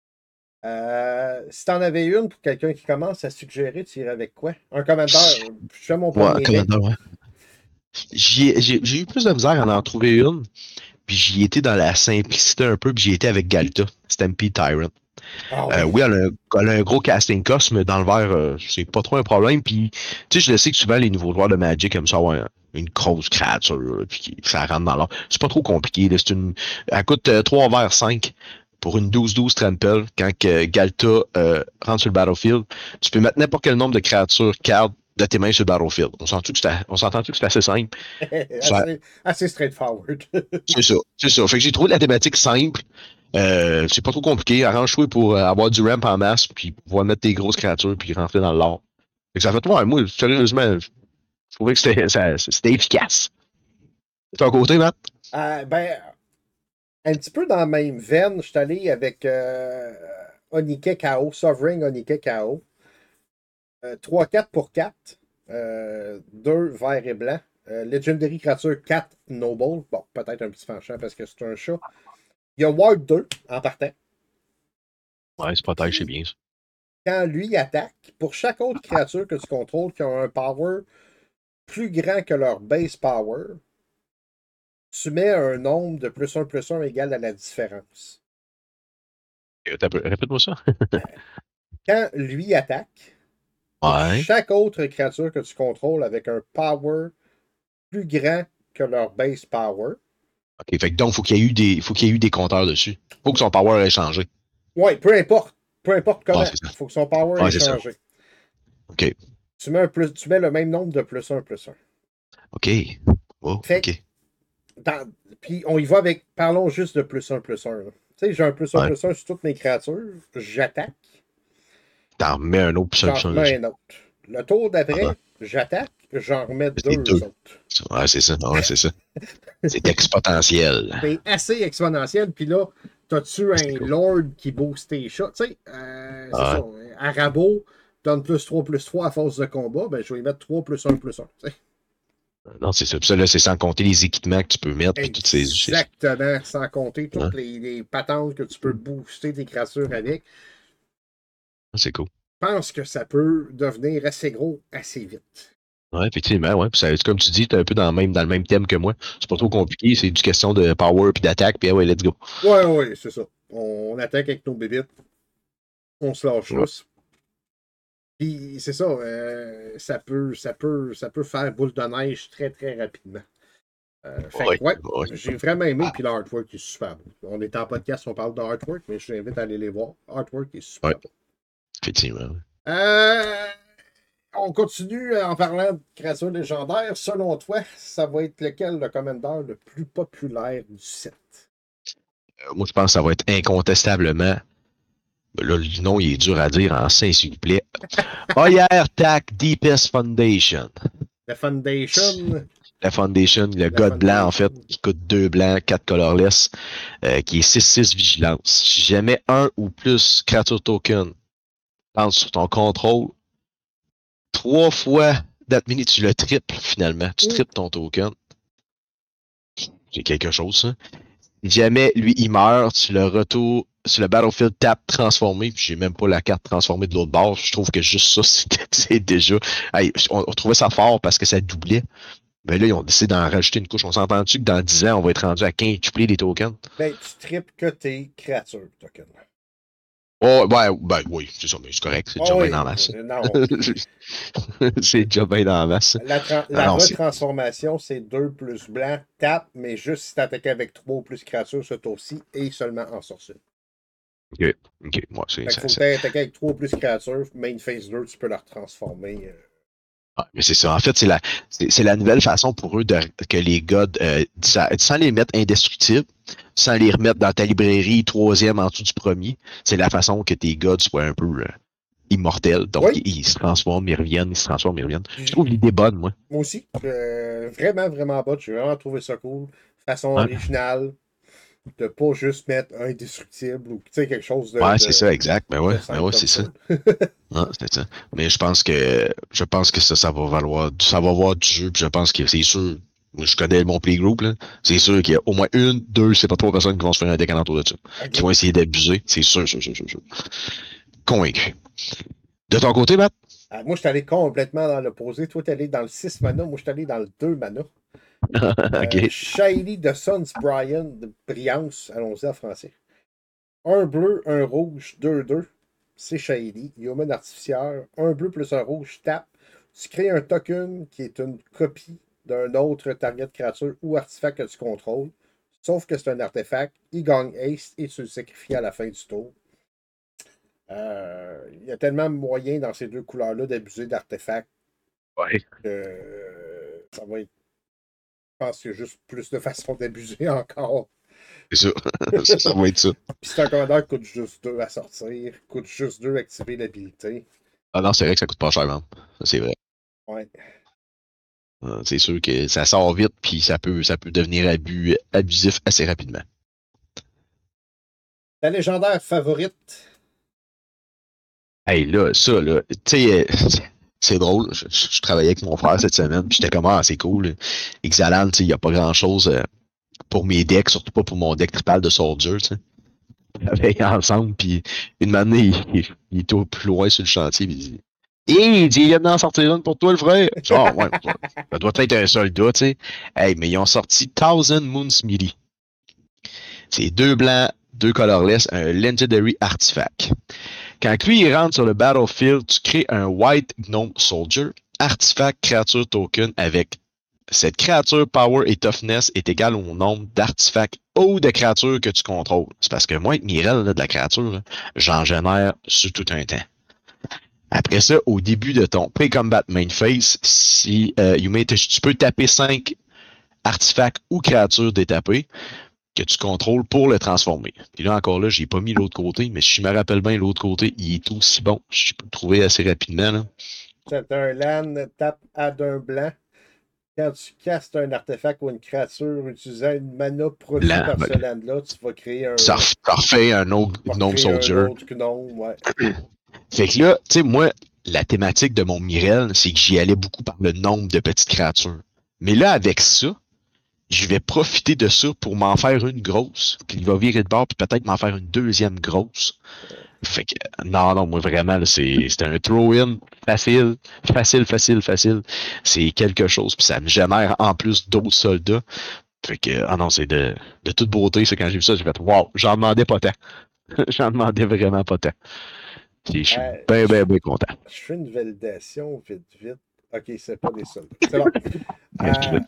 Si t'en avais une pour quelqu'un qui commence à suggérer, tu irais avec quoi? Un commandeur. Je fais mon Ouais, premier deck. Commander, ouais. J'ai eu plus de misère à en trouver une, puis j'y étais dans la simplicité un peu, puis j'y étais avec Galta, Stampede Tyrant. Ah oui. Oui, elle a un gros casting cost, mais dans le verre, c'est pas trop un problème. Puis, tu sais, je le sais que souvent, les nouveaux joueurs de Magic aiment ça avoir une grosse créature, là, puis ça rentre dans l'or. C'est pas trop compliqué. Là, elle coûte 3 verres 5 pour une 12-12 trample. Quand Galta rentre sur le battlefield, tu peux mettre n'importe quel nombre de créatures cartes de tes mains sur le battlefield. On s'entend-tu que c'est assez simple? Assez straightforward. C'est ça, c'est ça. Fait que j'ai trouvé la thématique simple. C'est pas trop compliqué. Arrange-toi pour avoir du ramp en masse, puis pouvoir mettre tes grosses créatures, puis rentrer dans l'or. Fait que ça fait, ouais, moi, sérieusement, je trouvais que c'était efficace. De ton côté, Matt? Ben, un petit peu dans la même veine, je suis allé avec Onike KO, Sovereign Onike KO. 3-4 pour 4. 2 vert et blanc. Legendary créature 4 Noble. Bon, peut-être un petit penchant parce que c'est un chat. Il y a Ward 2 en partant. Ouais, c'est protège, c'est Puis, bien ça. quand lui attaque, pour chaque autre créature que tu contrôles qui a un power plus grand que leur base power, tu mets un nombre de +1/+1 égal à la différence. Répète-moi ça. Quand lui attaque, pour Ouais. chaque autre créature que tu contrôles avec un power plus grand que leur base power. OK. Fait que donc, faut qu'il y ait eu des compteurs dessus. Faut que son power ait changé. Ouais, peu importe. Peu importe Ah, comment. c'est ça. Il faut que son power Ah, ait c'est ça. changé. OK. Tu mets le même nombre de +1/+1. OK. Oh, Fait OK. puis on y va avec. Parlons juste de +1/+1. Tu sais, j'ai un Ouais. +1/+1 sur toutes mes créatures. J'attaque. T'en remets un autre plus un J'en plus un remets dessus. un autre. Le tour Ah, d'après, j'attaque. J'en remets c'est deux deux. autres. Ouais, c'est ça. Ouais, c'est ça. C'est exponentiel. C'est assez exponentiel. Puis là, t'as-tu C'est un cool. Lord qui booste tes shots? Tu sais, c'est Ah, ça. Arabo donne +3/+3 à force de combat. Ben, je vais y mettre 3 +1/+1. Tu sais. non, c'est ça. Puis ça, là, c'est sans compter les équipements que tu peux mettre, puis toutes ces. Exactement. Sans compter Ouais, toutes les patentes que tu peux booster tes créatures avec. c'est cool. Je pense que ça peut devenir assez gros assez vite. Ouais, effectivement, ouais. Puis ça, comme tu dis, t'es un peu dans le même thème que moi. C'est pas trop compliqué, c'est une question de power puis d'attaque, puis ouais, let's go. Ouais, ouais, c'est ça. On attaque avec nos bébites. On se lâche Ouais, tous. Puis c'est ça, ça peut faire boule de neige très très rapidement. Fait ouais, que ouais, ouais. j'ai vraiment aimé, Ah, puis l'artwork est super beau. On est en podcast, on parle de artwork, mais je t'invite à aller les voir. Artwork est ouais, super beau. effectivement. Ouais. Euh, on continue en parlant de créatures légendaires. Selon toi, ça va être lequel le commandeur le plus populaire du set? Moi, je pense que ça va être incontestablement. Là, le nom, il est dur à dire en sein, s'il vous plaît. Oyer Tac Deepest Foundation. La Foundation. La Foundation, le La god blanc, en fait, Foundation. qui coûte 2 blancs, 4 colorless, qui est 6/6 vigilance. Si jamais un ou plus créature token pense sur ton contrôle, 3 fois that minute, tu le triples finalement. Tu Mm. triples ton token. C'est quelque chose, ça. Si jamais lui, il meurt, tu le retournes sur le battlefield tap transformé, puis j'ai même pas la carte transformée de l'autre bord. Je trouve que juste ça, c'est déjà. Hey, on trouvait ça fort parce que ça doublait. Mais là, ils ont décidé d'en rajouter une couche. On s'entend-tu que dans 10 ans, on va être rendu à quintupler les tokens? Ben, tu tripes que tes créatures, token. Oh, ben oui, c'est ça, mais c'est correct. C'est Ah déjà bien oui, en masse. non. Puis C'est déjà bien en masse. la Alors, c'est. retransformation, c'est 2 plus blanc, tape, mais juste si t'attaques avec 3 ou plus créatures ce tour-ci et seulement en sorcier. Ok, ok, moi, c'est Fait qu'il ça. faut que t'attaques avec 3 ou plus créatures, main phase 2, tu peux la retransformer. Ah, mais c'est ça. En fait, c'est la nouvelle façon pour eux que les gods, sans les mettre indestructibles, sans les remettre dans ta librairie troisième en dessous du premier, c'est la façon que tes gods soient un peu immortels. Donc, Oui, ils se transforment, ils reviennent, ils se transforment, ils reviennent. Je puis trouve l'idée bonne, moi. moi aussi. Vraiment, vraiment bot. J'ai vraiment trouvé ça cool. Façon Ouais, originale de pas juste mettre indestructible ou quelque chose ouais, c'est ça, exact. de Ben simple ouais, comme c'est ça. ça. Ah, c'est ça. Mais je pense que ça va valoir, ça va avoir du jeu, puis je pense que c'est sûr. Moi, je connais mon playgroup, là. C'est sûr qu'il y a au moins une, deux, c'est pas trois personnes qui vont se faire un deck alentour de ça. Qui OK. vont essayer d'abuser. C'est sûr, sûr, sûr, sûr, sûr. Convaincu. De ton côté, Matt? Moi, je suis allé complètement dans l'opposé. Toi, tu es allé dans le 6 mana. Moi, je suis allé dans le 2 mana. OK. Shiny de Sons Brian de Briance. Allons-y en français. Un bleu, un rouge, 2/2. C'est Shiny. Human artificière. Un bleu plus un rouge, tape. Tu crées un token qui est une copie d'un autre target créature ou artefact que tu contrôles. Sauf que c'est un artefact. Il gagne haste et tu le sacrifies à la fin du tour. Il y a tellement de moyens dans ces deux couleurs-là d'abuser d'artefacts Ouais. que ça va être. Je pense qu'il y a juste plus de façons d'abuser encore. C'est ça. Ça va être ça. Puis c'est un commandeur qui coûte juste 2 à sortir, coûte juste 2 à activer l'habilité. Ah non, c'est vrai que ça coûte pas cher, man. Ça, c'est vrai. Ouais. C'est sûr que ça sort vite, puis ça peut devenir abusif assez rapidement. Ta légendaire favorite? Hey, là, ça, là, tu sais, c'est drôle. Je travaillais avec mon frère cette semaine, puis j'étais comme, ah, c'est cool. Xalan, tu sais, il n'y a pas grand-chose pour mes decks, surtout pas pour mon deck tripal de Soldier, tu sais. On travaillait ensemble, puis une année, il était au plus loin sur le chantier, puis il dit, Et il dit, il vient d'en sortir une pour toi, le frère. Genre, ouais, ça doit être un soldat, tu sais. Hey, mais ils ont sorti Thousand Moon Smithy. C'est deux blancs, deux colorless, un Legendary Artifact. Quand lui, il rentre sur le battlefield, tu crées un White Gnome Soldier, Artifact Créature Token avec cette créature Power et Toughness est égal au nombre d'artefacts ou de créatures que tu contrôles. C'est parce que moi, avec Mirel, là, de la créature, j'en génère sur tout un temps. Après ça, au début de ton pre-combat main phase, si tu peux taper 5 artefacts ou créatures détapées que tu contrôles pour le transformer. Puis là, encore là, j'ai pas mis l'autre côté, mais si je me rappelle bien, l'autre côté, il est aussi bon. Je peux le trouver assez rapidement. Là. C'est un land, tape à d'un blanc. Quand tu castes un artefact ou une créature utilisant une mana produite Blanc, par ben, ce land-là, tu vas créer ça refait un autre tu vas Gnome créer un Soldier. autre gnome, ouais. Fait que là, tu sais, moi, la thématique de mon Mirel, c'est que j'y allais beaucoup par le nombre de petites créatures. Mais là, avec ça, je vais profiter de ça pour m'en faire une grosse, puis il va virer de bord, puis peut-être m'en faire une deuxième grosse. Fait que, non, moi vraiment, c'est un throw-in facile, facile. C'est quelque chose, puis ça me génère en plus d'autres soldats. Fait que, ah non, c'est de toute beauté, c'est quand j'ai vu ça, j'ai fait, wow, j'en demandais pas tant. J'en demandais vraiment pas tant. Puis je suis bien content. Je fais une validation vite. Ok, c'est pas des soldats. C'est bon. Euh,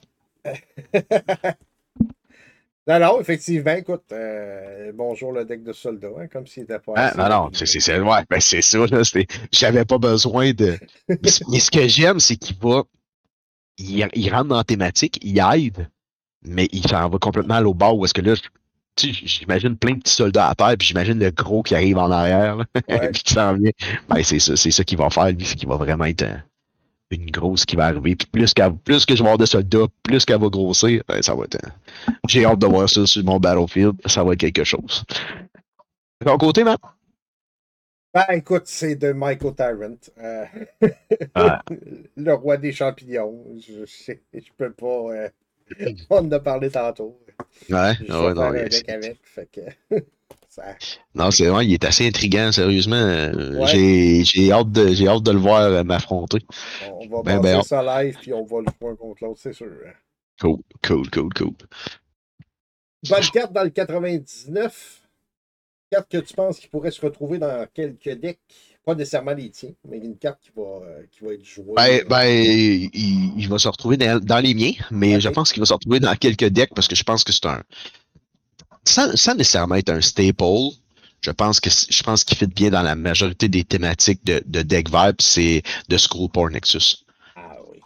non, non, effectivement, écoute, bonjour le deck de soldats, hein, comme s'il n'était pas Ah, assez non, rapidement. ouais, ben c'est ça, là, j'avais pas besoin de. Mais ce que j'aime, c'est il rentre dans la thématique, il aide, mais il s'en va complètement à l'au bas où est-ce que là, tu sais, j'imagine plein de petits soldats à terre, puis j'imagine le gros qui arrive en arrière, là, Ouais. puis qui s'en vient. Ben, c'est ça qu'il va faire, lui, c'est qu'il va vraiment être une grosse qui va arriver. Puis plus que je vais avoir de soldats, plus qu'elle va grossir, ben, ça va être. J'ai hâte de voir ça sur mon battlefield, ça va être quelque chose. De ton côté, Matt? Ben, écoute, c'est de Michael Tyrant. Ah, Le roi des champignons. Je peux pas. On en a parlé tantôt. Je vais ouais, faire non, un deck avec. Fait que. Ça, non, c'est vrai, il est assez intriguant, sérieusement. ouais. J'ai hâte de le voir m'affronter. On va Ben bâtir hâte. ça live, puis on va le jouer un contre l'autre, c'est sûr. Cool. Bonne carte dans le 99. Carte que tu penses qu'il pourrait se retrouver dans quelques decks. Pas nécessairement les tiens, mais une carte qui va être jouée. Il va se retrouver dans les miens, mais je OK. pense qu'il va se retrouver dans quelques decks parce que je pense que c'est un. Sans nécessairement être un staple, je pense qu'il fit bien dans la majorité des thématiques de deck vibes, c'est de Scrollpore Nexus. Ah oui.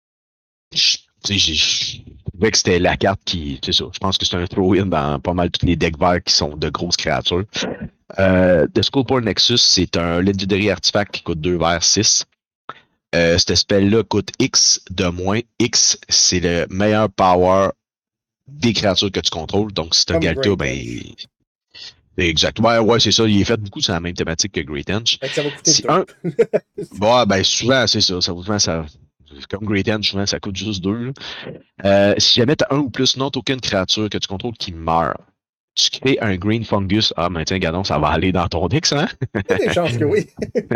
Je trouvais que c'était la carte qui. C'est ça. Je pense que c'est un throw-in dans pas mal tous les decks verts qui sont de grosses créatures. The Skullport Nexus, c'est un Legendary Artifact qui coûte 2 vers 6. Cette spell-là coûte X de moins. X, c'est le meilleur power des créatures que tu contrôles. Donc, si tu as Comme Galta, Great ben. Edge. Exact. Ouais, c'est ça. Il est fait beaucoup sur la même thématique que Great Edge. Fait que ça va coûter Si 2. un. Bon, ben, souvent, c'est ça. Souvent, ça. Comme Great Edge, souvent, ça coûte juste 2. Si jamais tu as un ou plus non-token créature que tu contrôles qui meurt, tu crées un Green Fungus. Ah, mais tiens, gadon, ça va aller dans ton deck, ça, hein? Il y a des chances que oui.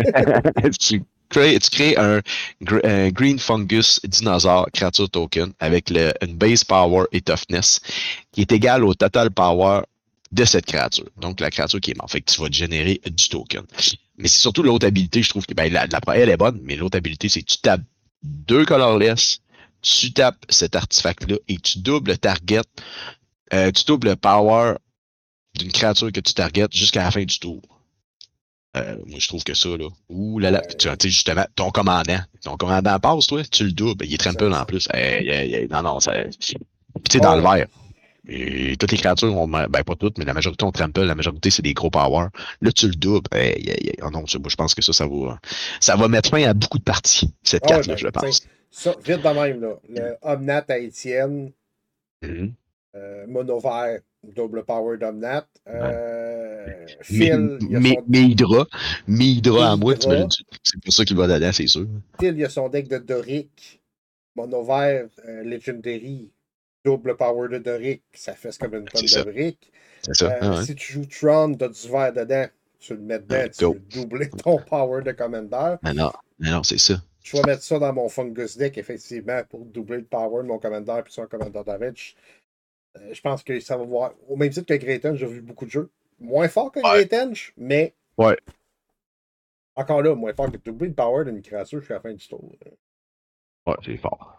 Tu crées un Green Fungus Dinosaure Créature Token avec une base power et toughness qui est égal au total power de cette créature. Donc, la créature qui est morte. Fait que tu vas te générer du token. Mais c'est surtout l'autre habilité, je trouve que ben, elle est bonne, mais l'autre habilité, c'est que tu tapes deux colorless, tu tapes cet artefact-là et tu doubles le target, tu doubles le power d'une créature que tu targetes jusqu'à la fin du tour. Moi, je trouve que ça, là. Ouh là là. Tu sais, justement, ton commandant passe, toi, tu le doubles. Il est Ça, trample en plus. Non, non, ça. Puis, tu sais, dans le ouais, vert. Et toutes les créatures ont, ben pas toutes, mais la majorité ont trample, la majorité c'est des gros powers. Là, tu le doubles. Oh non, moi, je pense que ça va mettre fin à beaucoup de parties, cette ah ouais, carte-là, ben, je tiens, pense. ça, vite de même, là. Le Omnat à Étienne, Mhm. mono vert, double power d'Omnat. Ouais. Phil, il y a son Mais Hydra à moi, Hydra. c'est pour ça qu'il va dedans, c'est sûr. Phil, il y a son deck de Doric, mono vert, Legendary, double power de Doric, ça fait comme une tonne C'est de ça. briques. C'est ça. Ah ouais. Si tu joues Tron, t'as du vert dedans, tu le mets dedans, tu Go. veux doubler ton power de Commander. Mais non. Mais non, c'est ça. Je vais mettre ça dans mon Fungus Deck, effectivement, pour doubler le power de mon Commander puis son Commander Damage. Je pense que ça va voir. Au même titre que Great Henge, j'ai vu beaucoup de jeux. Moins fort que Ouais. Great Henge, mais Ouais. encore là, moins fort que doubler le power d'une créature jusqu'à la fin du tour. Ouais, c'est fort.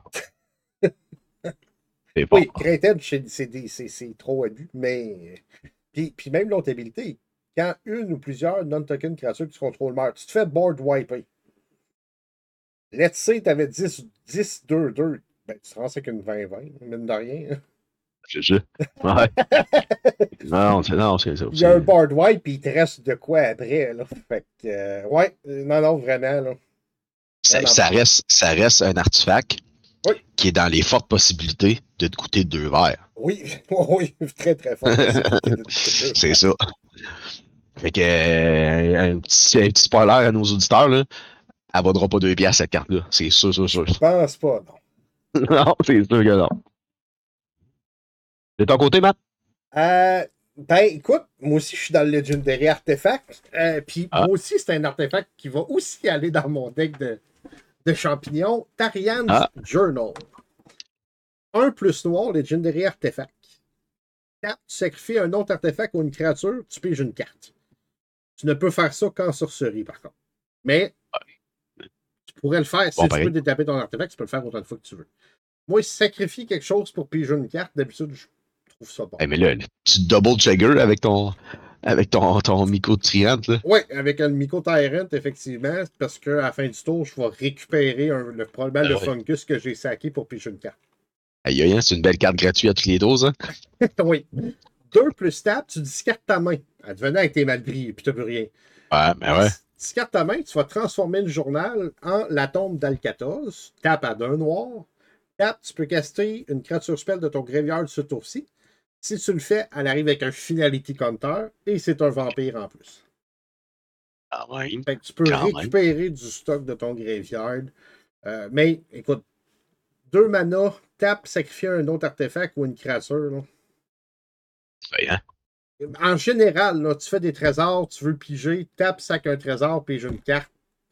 C'est Oui, fort. Great Henge, c'est trop abus, mais. Puis même l'autre habilité, quand une ou plusieurs non-token créatures que tu contrôles meurent, tu te fais board wiper. Let's say, tu avais 10-2-2. Ben, tu te rends avec une 20-20, mine de rien. C'est ça. Ouais. Non, c'est ça. Il y a un board wipe, puis il te reste de quoi après, là. Fait que, ouais, non, vraiment, là. Vraiment bon. Ça reste un artefact Oui, qui est dans les fortes possibilités de te coûter 2 verres. oui, oui, très, très forte possibilité de C'est ça. Fait que, un petit spoiler à nos auditeurs, là, elle vaudra pas 2 piastres, cette carte-là. C'est sûr, sûr, Je sûr. pense pas, non. Non, c'est sûr que non. De ton côté, Matt? Ben, écoute, moi aussi, je suis dans le Legendary Artefact. Puis, Ah, moi aussi, c'est un artefact qui va aussi aller dans mon deck de champignons. Tarian's ah, Journal. Un plus noir, Legendary Artefact. 4, tu sacrifies un autre artefact ou une créature, tu piges une carte. Tu ne peux faire ça qu'en sorcerie, par contre. Mais tu pourrais le faire. bon, Si tu peux pareil. détaper ton artefact, tu peux le faire autant de fois que tu veux. Moi, sacrifier quelque chose pour piger une carte, d'habitude, je trouve ça bon. Hey, mais là, tu double trigger avec ton micro de triante, là. Oui, avec un Miko Tyrant, effectivement, parce qu'à la fin du tour, je vais récupérer probablement le Ah ouais. fungus que j'ai saqué pour piger une carte. Aïe, aïe, hein, c'est une belle carte gratuite à tous les doses, hein. Oui. 2 plus tap, tu discartes ta main. Elle devenait avec tes malbris, puis tu n'as plus rien. Ouais, ben ouais. Discartes ta main, tu vas transformer le journal en la tombe d'Alcatoz. Tape à 2 noirs. Tap, tu peux caster une créature spell de ton graveyard ce tour-ci. Si tu le fais, elle arrive avec un Finality Counter et c'est un vampire en plus. Ah ouais, Fait que tu peux quand même. récupérer du stock de ton graveyard. Mais écoute, 2 mana, tape, sacrifier un autre artefact ou une créature. Là. Ouais, hein. En général, là, tu fais des trésors, tu veux piger, tape, sac un trésor, pige une carte.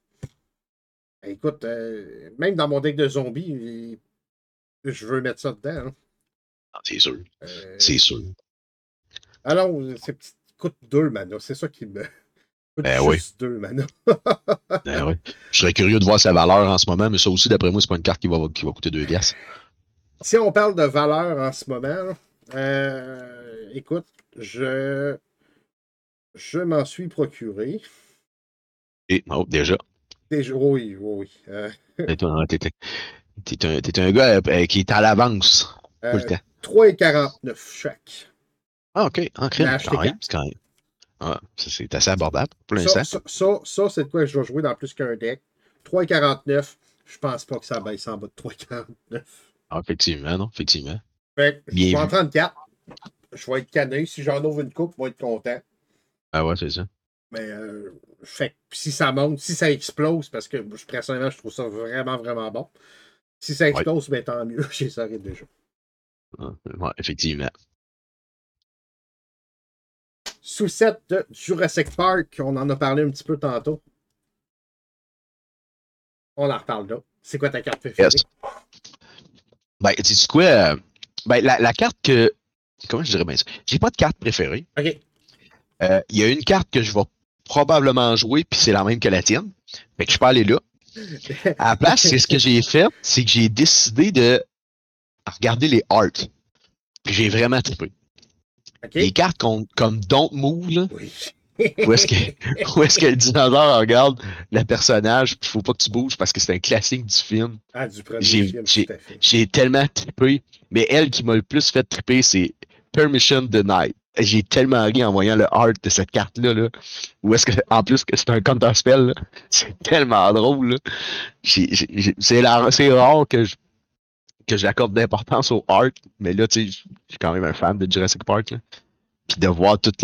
Écoute, même dans mon deck de zombies, je veux mettre ça dedans. Hein. Ah, c'est sûr. Euh, C'est sûr. alors, c'est petit, coûte 2 mana, c'est ça qui me coûte Ben oui. juste 2 mana. Ben oui. Je serais curieux de voir sa valeur en ce moment, mais ça aussi, d'après moi, c'est pas une carte qui va coûter 2 piastres. Si on parle de valeur en ce moment, là, écoute, je m'en suis procuré. Et, oh, déjà. Déjà, oui, oui, oui. T'es un gars qui est à l'avance tout le Euh, temps. 3,49 chaque. Ah, ok, en Mais crime, acheter 4. c'est quand même. Ah, c'est assez abordable pour Ça, l'instant. ça, ça, c'est de quoi je dois jouer dans plus qu'un deck. 3,49. Je pense pas que ça baisse en bas de 3,49. Ah, effectivement, non, effectivement. Fait que je Bien vais en vu. 34. Je vais être cané. Si j'en ouvre une coupe, je vais être content. Ah ouais, c'est ça. Mais fait que si ça monte, si ça explose, parce que personnellement, je trouve ça vraiment, vraiment bon. Si ça Ouais, explose, ben tant mieux. J'ai ça déjà. ouais, effectivement. Sous set de Jurassic Park, on en a parlé un petit peu tantôt. On en reparle là. C'est quoi ta carte Yes. préférée? Ben, tu sais quoi? Ben, la carte que. Comment je dirais bien ça? J'ai pas de carte préférée. OK. Il y a une carte que je vais probablement jouer, puis c'est la même que la tienne. Fait que je peux aller là. À la place, c'est ce que j'ai fait, c'est que j'ai décidé de regarder les arts. Puis j'ai vraiment trippé. Les OK. cartes comme Don't Move, là, Oui. où est-ce que, où est-ce que le dinosaure regarde le personnage, puis il faut pas que tu bouges parce que c'est un classique du film. Ah, du premier J'ai, film, j'ai, tout à fait. j'ai tellement trippé. Mais elle qui m'a le plus fait tripper, c'est Permission Denied. J'ai tellement ri en voyant le art de cette carte-là, là, où est-ce que, en plus que c'est un counterspell, là, c'est tellement drôle, là. C'est rare que j'accorde d'importance au art, mais là, tu sais, je suis quand même un fan de Jurassic Park, là. Puis de voir toutes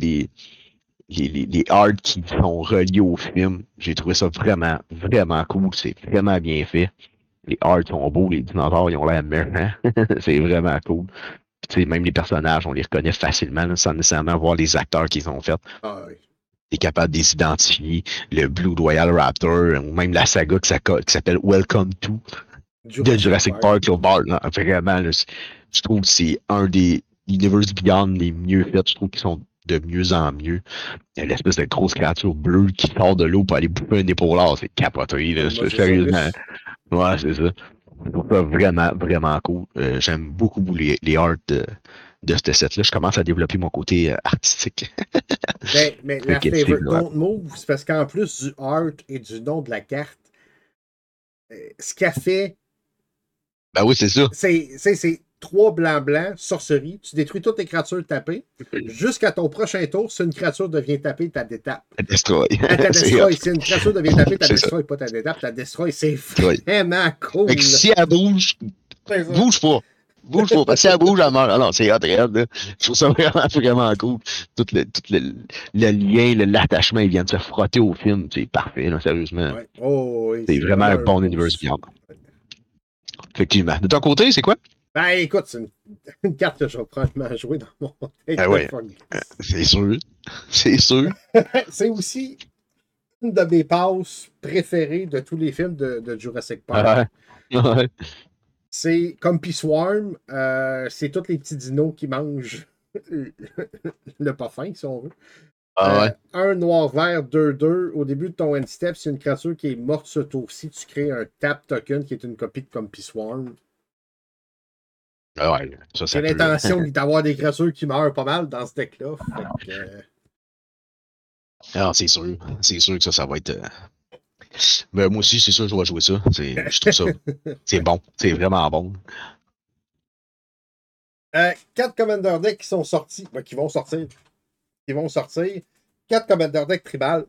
les arts qui sont reliés au film, j'ai trouvé ça vraiment, vraiment cool. C'est vraiment bien fait. Les arts sont beaux, les dinosaures, ils ont l'air méchants. C'est vraiment cool. Puis, tu sais, même les personnages, on les reconnaît facilement, là, sans nécessairement voir les acteurs qu'ils ont fait. Ah oui. t'es capable de les identifier. Le Blue Royal Raptor, ou même la saga qui s'appelle Welcome to de Jurassic Park, au bar, là, vraiment, là, je trouve que c'est un des Universe Beyond les mieux faits. Je trouve qu'ils sont de mieux en mieux. Il y a l'espèce de grosse créature bleue qui sort de l'eau pour aller bouffer un épaulard. C'est capoté, là, sérieusement. Ouais, c'est ça. Je trouve ça vraiment, vraiment cool. J'aime beaucoup les arts de ce set-là. Je commence à développer mon côté artistique. Mais la favorite don't move, c'est parce qu'en plus du art et du nom de la carte, ce qu'a fait. Ben oui, c'est ça. C'est 3 blancs, sorcerie. Tu détruis toutes tes créatures tapées. Jusqu'à ton prochain tour, si une créature devient tapée, t'as détape. Ta destroy. Ta destroy. Si une créature devient tapée, t'as destroy, pas ta détape. Ta destroy, c'est vraiment cool. Fait que si elle bouge, bouge pas. Bouge pas. Parce que si elle bouge, elle meurt. Alors, c'est hot, là. Je trouve ça vraiment, vraiment cool. Tout le lien, l'attachement, il vient de se frotter au film. C'est parfait, là, sérieusement. Ouais. Oh, oui, c'est vraiment un bon Universe Beyond. Effectivement. De ton côté, c'est quoi? Ben écoute, c'est une carte que je vais probablement jouer dans mon deck. Ouais. C'est sûr. C'est sûr. C'est aussi une de mes passes préférées de tous les films de Jurassic Park. Ouais. C'est comme Swarm, c'est tous les petits dinos qui mangent le parfum, si on veut. Un noir-vert 2-2. Au début de ton end step, c'est une créature qui est morte ce tour-ci. Tu crées un tap token qui est une copie de Compy Swarm. Ouais, ça J'ai l'intention d'avoir des créatures qui meurent pas mal dans ce deck-là. Alors, c'est sûr. C'est sûr que ça va être. Mais moi aussi, c'est sûr que je vais jouer ça. Je trouve ça. C'est bon. C'est vraiment bon. 4 Commander Decks qui sont sortis. Qui vont sortir. 4 Commander Decks tribal.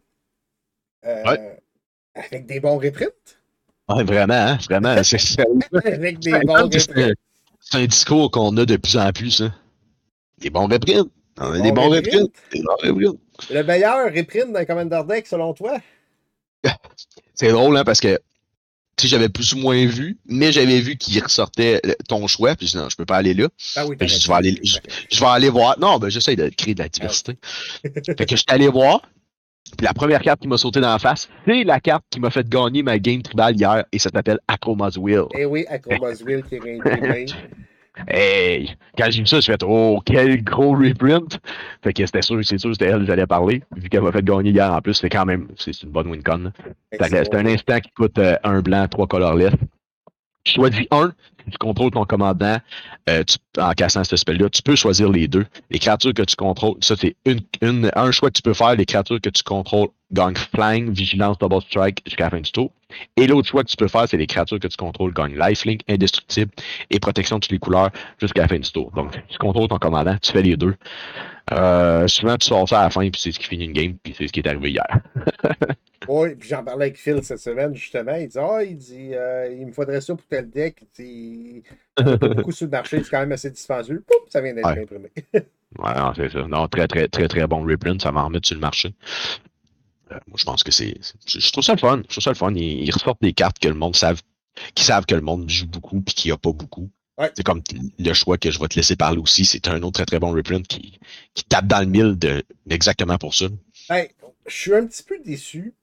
Avec des bons reprints. Ouais, vraiment, hein? Vraiment. Avec des bons reprints. C'est un discours qu'on a de plus en plus. Hein. Des bons reprints. On a des bons reprints. Le meilleur reprint d'un Commander Deck, selon toi? C'est drôle, hein, parce que j'avais plus ou moins vu, mais j'avais vu qu'il ressortait ton choix, puis non, je peux pas aller là. Ah oui, je vais aller voir. Non, ben j'essaie de créer de la diversité. Fait que je suis allé voir, puis la première carte qui m'a sauté dans la face, c'est la carte qui m'a fait gagner ma game tribal hier, et ça s'appelle Akroma's Will. Eh oui, Akroma's Will qui est réimprimé. Hey, quand j'ai vu ça, je fais oh, quel gros reprint! Fait que c'est sûr, c'était elle que j'allais parler. Vu qu'elle m'a fait gagner hier en plus, c'est quand même, c'est une bonne win-con. C'est un instant qui coûte un blanc, 3 colorless. Tu choisis un, tu contrôles ton commandant en cassant ce spell-là. Tu peux choisir les deux. Les créatures que tu contrôles, ça c'est un choix que tu peux faire. Les créatures que tu contrôles gagnent flying, vigilance, double strike jusqu'à la fin du tour. Et l'autre choix que tu peux faire, c'est les créatures que tu contrôles gagnent lifelink, indestructible et protection de toutes les couleurs jusqu'à la fin du tour. Donc, tu contrôles ton commandant, tu fais les deux. Souvent, tu sors ça à la fin, puis c'est ce qui finit une game, puis c'est ce qui est arrivé hier. Oui, puis j'en parlais avec Phil cette semaine, justement. Il dit il me faudrait ça pour tel deck. Il n'y a pas beaucoup sur le marché, c'est quand même assez dispendieux. Pouf, ça vient d'être imprimé. Ouais, non, c'est ça. Non, très, très, très, très bon reprint, ça va en remettre sur le marché. Moi, je pense que je trouve ça le fun. Je trouve ça le fun. Ils ressortent des cartes que le monde qui savent que le monde joue beaucoup puis qu'il n'y a pas beaucoup. Ouais. C'est comme le choix que je vais te laisser parler aussi. C'est un autre très très bon reprint qui tape dans le mille exactement pour ça. Hey, je suis un petit peu déçu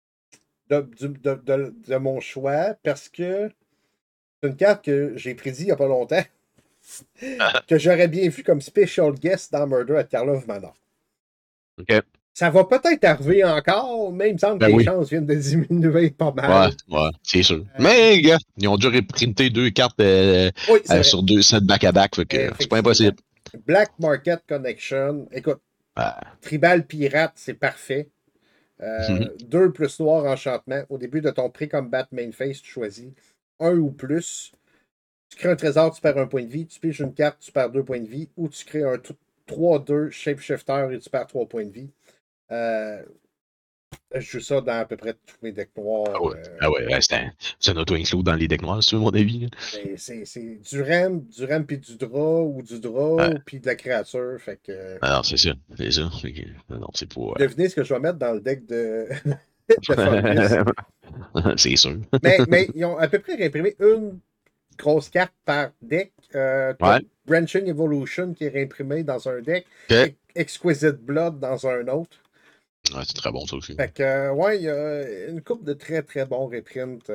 de mon choix parce que c'est une carte que j'ai prédit il n'y a pas longtemps que j'aurais bien vu comme special guest dans Murder at Karlov Manor. OK. Ça va peut-être arriver encore, mais il me semble que les chances viennent de diminuer pas mal. Ouais, c'est sûr. Mais, gars, ils ont dû reprinter 2 cartes sur 2 sets back-à-back, fait que c'est pas impossible. Black Market Connection. Écoute, Tribal Pirate, c'est parfait. 2 plus noir enchantement. Au début de ton pré-combat main phase, tu choisis 1 ou plus. Tu crées un trésor, tu perds 1 point de vie. Tu piges une carte, tu perds 2 points de vie. Ou tu crées un 3-2 Shapeshifter et tu perds 3 points de vie. Je joue ça dans à peu près tous mes decks noirs. c'est un auto-include dans les decks noirs, si tu veux mon avis. C'est du rem puis du draw ou du draw puis de la créature. Fait que... Alors, c'est ça. C'est ça. Non, c'est pour. Devinez ce que je vais mettre dans le deck de c'est sûr. mais ils ont à peu près réimprimé une grosse carte par deck. Branching Evolution qui est réimprimé dans un deck. Okay. Exquisite Blood dans un autre. Ouais, c'est très bon, ça aussi. Fait que, ouais, il y a une couple de très très bons reprints.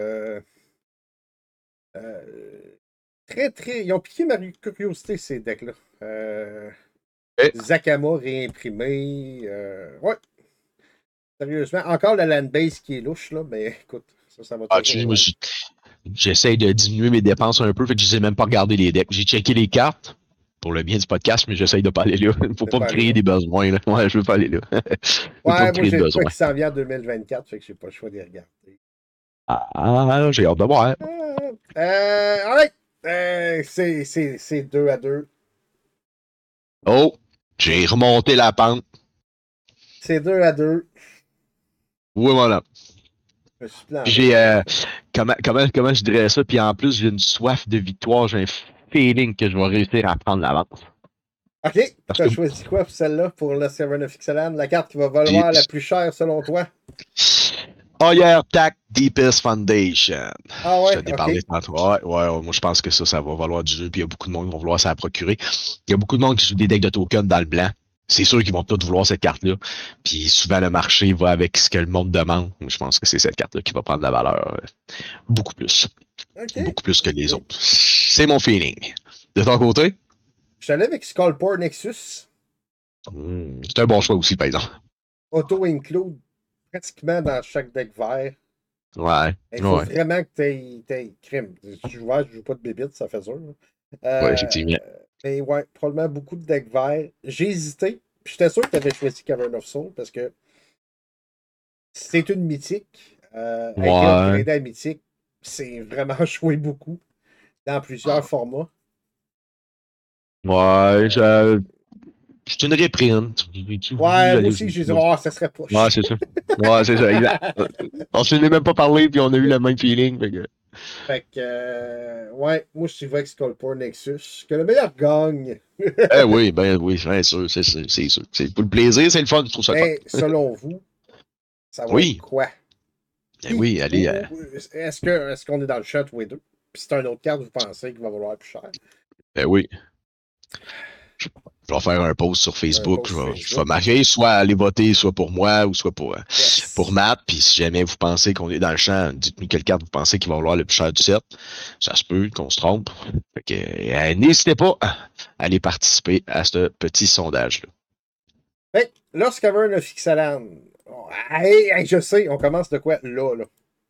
Euh, très très. Ils ont piqué ma curiosité, ces decks-là. Eh, Zakama réimprimé. Ouais, sérieusement. Encore la landbase qui est louche, là, mais écoute, ça va tu sais, toujours moi, être. j'essaie de diminuer mes dépenses un peu, fait que je sais même pas regarder les decks. J'ai checké les cartes pour le bien du podcast, mais j'essaie de pas aller là. Faut C'est pas me pas aller créer là. des besoins, là. Ouais, je veux pas aller là. Faut pas me Ouais, moi créer de j'ai de quoi besoins. qui s'en vient en 2024, fait que j'ai pas le choix de les regarder. J'ai hâte de voir. Alright! C'est 2-2. Oh, j'ai remonté la pente. C'est 2-2. Oui, voilà. Je me suis Puis planté, j'ai, mais c'est pas grave. comment je dirais ça? Puis en plus, j'ai une soif de victoire. J'ai un feeling que je vais réussir à prendre l'avance. Ok, Parce t'as que choisi quoi pour celle-là, pour le Seven of Ixalan? La carte qui va j'ai valoir la plus chère selon toi? Higher Tac Deepest Foundation. Ah Je ouais, t'en ai ok. parlé tantôt. Ouais, moi je pense que ça va valoir du jeu, puis il y a beaucoup de monde qui vont vouloir ça procurer. Il y a beaucoup de monde qui joue des decks de tokens dans le blanc. C'est sûr qu'ils vont tous vouloir cette carte-là. Puis souvent le marché va avec ce que le monde demande. Je pense que c'est cette carte-là qui va prendre la valeur beaucoup plus. Ok, Beaucoup plus que les ok. autres. C'est mon feeling. De ton côté? Je suis allé avec Skullport Nexus. C'est un bon choix aussi, par exemple. Auto-include pratiquement dans chaque deck vert. Ouais, Il faut ouais, vraiment que tu aies crime. Si je joue vert, je joue pas de bébite, ça fait sûr. Là. ouais, effectivement. Mais ouais, probablement beaucoup de decks verts. J'ai hésité. Puis j'étais sûr que tu avais choisi Cavern of Soul parce que c'est une mythique. Être Ouais, upgradé à mythique, c'est vraiment joué beaucoup dans plusieurs formats. ouais, Euh, c'est une reprint. J'ai voulu ouais, moi aller. aussi, j'ai dit, oh, ça serait Ouais, poche. c'est ça. Ouais, c'est ça, exact. On s'en est même pas parlé, puis on a eu le même feeling. Fait que... Fait que, ouais, moi, je suis avec Skullport Nexus. Que le meilleur gagne. Ben oui, bien sûr, c'est sûr. C'est pour le plaisir, c'est le fun, je trouve ça le fun. Mais selon vous, ça va être Oui, quoi? ben oui, allez. Est-ce qu'on est dans le chat tous les deux? Puis c'est un autre carte, vous pensez qu'il va valoir plus cher? Ben oui. Je, je vais faire un post sur Un Facebook. post Je vais Facebook. marquer soit aller voter, soit pour moi, ou soit pour Yes. Matt. Puis si jamais vous pensez qu'on est dans le champ, dites-nous quelle carte vous pensez qui va valoir le plus cher du set. Ça se peut qu'on se trompe. Fait que, n'hésitez pas à aller participer à ce petit sondage-là. Fait que, Lost Cavern of Ixalan. Oh, hey, hey, je sais, on commence de quoi? Là.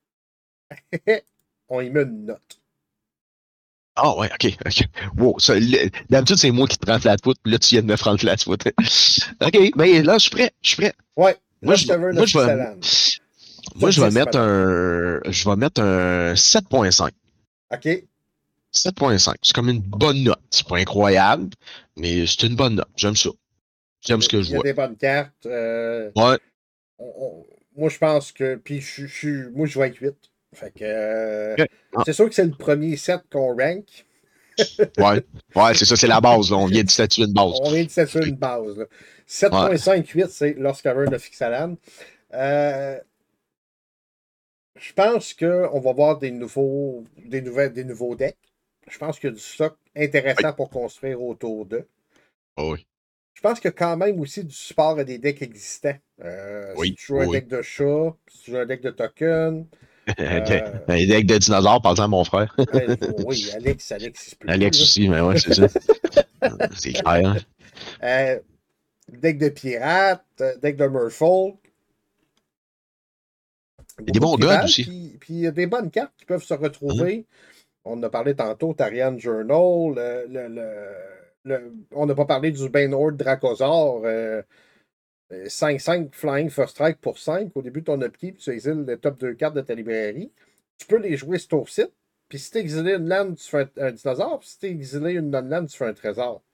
On y met une note. Ah ouais, ok. Wow, d'habitude, c'est moi qui te prends flat-foot, puis là, tu viens de me prendre flat-foot. Ok, ben là, je suis prêt. Ouais, Moi, Lost je, Cavern moi, of je vais, Ixalan. moi, Sur 10, mettons. je vais mettre un 7.5. OK? 7.5. C'est comme une bonne note. C'est pas incroyable, mais c'est une bonne note. J'aime ça. J'aime ce que Il je y a vois. des bonnes cartes. Ouais. Moi, je pense que. Puis, moi, je vais être 8. Fait que. Ok. Ah, C'est sûr que c'est le premier set qu'on rank. ouais. Ouais, c'est ça, c'est la base, là. On vient de statuer une base. On vient de statuer une base. Là. Ouais. 7.58, c'est Lost Cavern of Ixalan. Euh, je pense qu'on va voir des nouveaux decks. Je pense qu'il y a du stock Oui. intéressant pour construire autour d'eux. Oh, oui. Je pense qu'il y a quand même aussi du support à des decks existants. Si Oui. tu joues un Oui. deck de chat, si tu joues un deck de token. Euh, Un deck de dinosaures, par exemple, mon frère. oui, Alex, il se peut plus. Alex Là. aussi, mais ouais, c'est ça. C'est clair. Hein. Euh, deck de pirate, deck de merfolk. Il y a des Beaucoup de bons gods tribal, aussi. puis il y a des bonnes cartes qui peuvent se Hein? retrouver. On en a parlé tantôt, Tarian Journal, on n'a pas parlé du Bainord Dracosaur, 5-5 Flying First Strike pour 5 au début de ton upkeep, tu exiles les top 2 cartes de ta librairie. Tu peux les jouer sur ton site, puis si tu exilé une land, tu fais un dinosaure, puis si tu exilé une non-land, tu fais un trésor.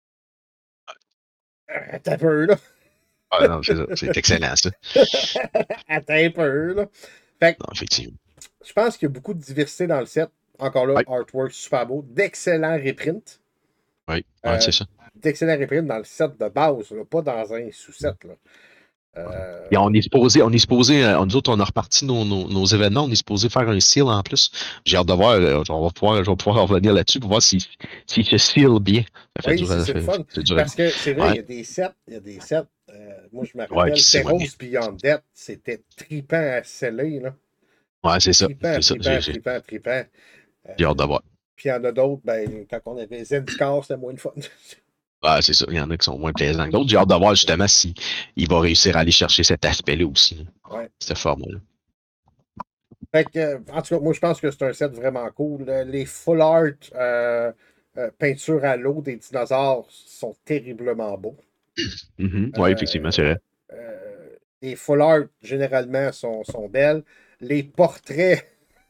Attends un peu, là. Ah non, c'est ça. C'est excellent, ça. Attends un peu, là. Fait que, Non, effectivement. je pense qu'il y a beaucoup de diversité dans le set. Encore là, Oui, artwork super beau, d'excellents reprints. oui, ouais, Euh, c'est ça. D'excellents reprints dans le set de base, là, pas dans un sous-set. Là. Et Euh, on est supposé, nous autres, on a reparti nos événements, on est supposé faire un seal en plus. J'ai hâte de voir, je vais pouvoir revenir là-dessus pour voir s'il se seal bien. oui, c'est le fun. C'est dur. Parce que c'est vrai, Ouais, il y a des sets Moi, je me Ouais, rappelle, qui s'éloignait. Teros Beyond Death, c'était tripant à sceller, là. Ouais, c'est ça. Tripant, C'est ça. tripant, tripant, tripant. J'ai hâte Euh, de voir. Puis il y en a d'autres, ben, quand on avait Zendikar, c'était moins de fun. Ouais, c'est ça. Il y en a qui sont moins plaisants que d'autres. J'ai hâte de voir justement si il va réussir à aller chercher cet aspect-là aussi, là. Ouais. Ce format-là. Fait que, en tout cas, moi, je pense que c'est un set vraiment cool. Les full art peinture à l'eau des dinosaures sont terriblement beaux. Ouais, effectivement, c'est Euh, vrai. les full art, généralement, sont belles. Les portraits,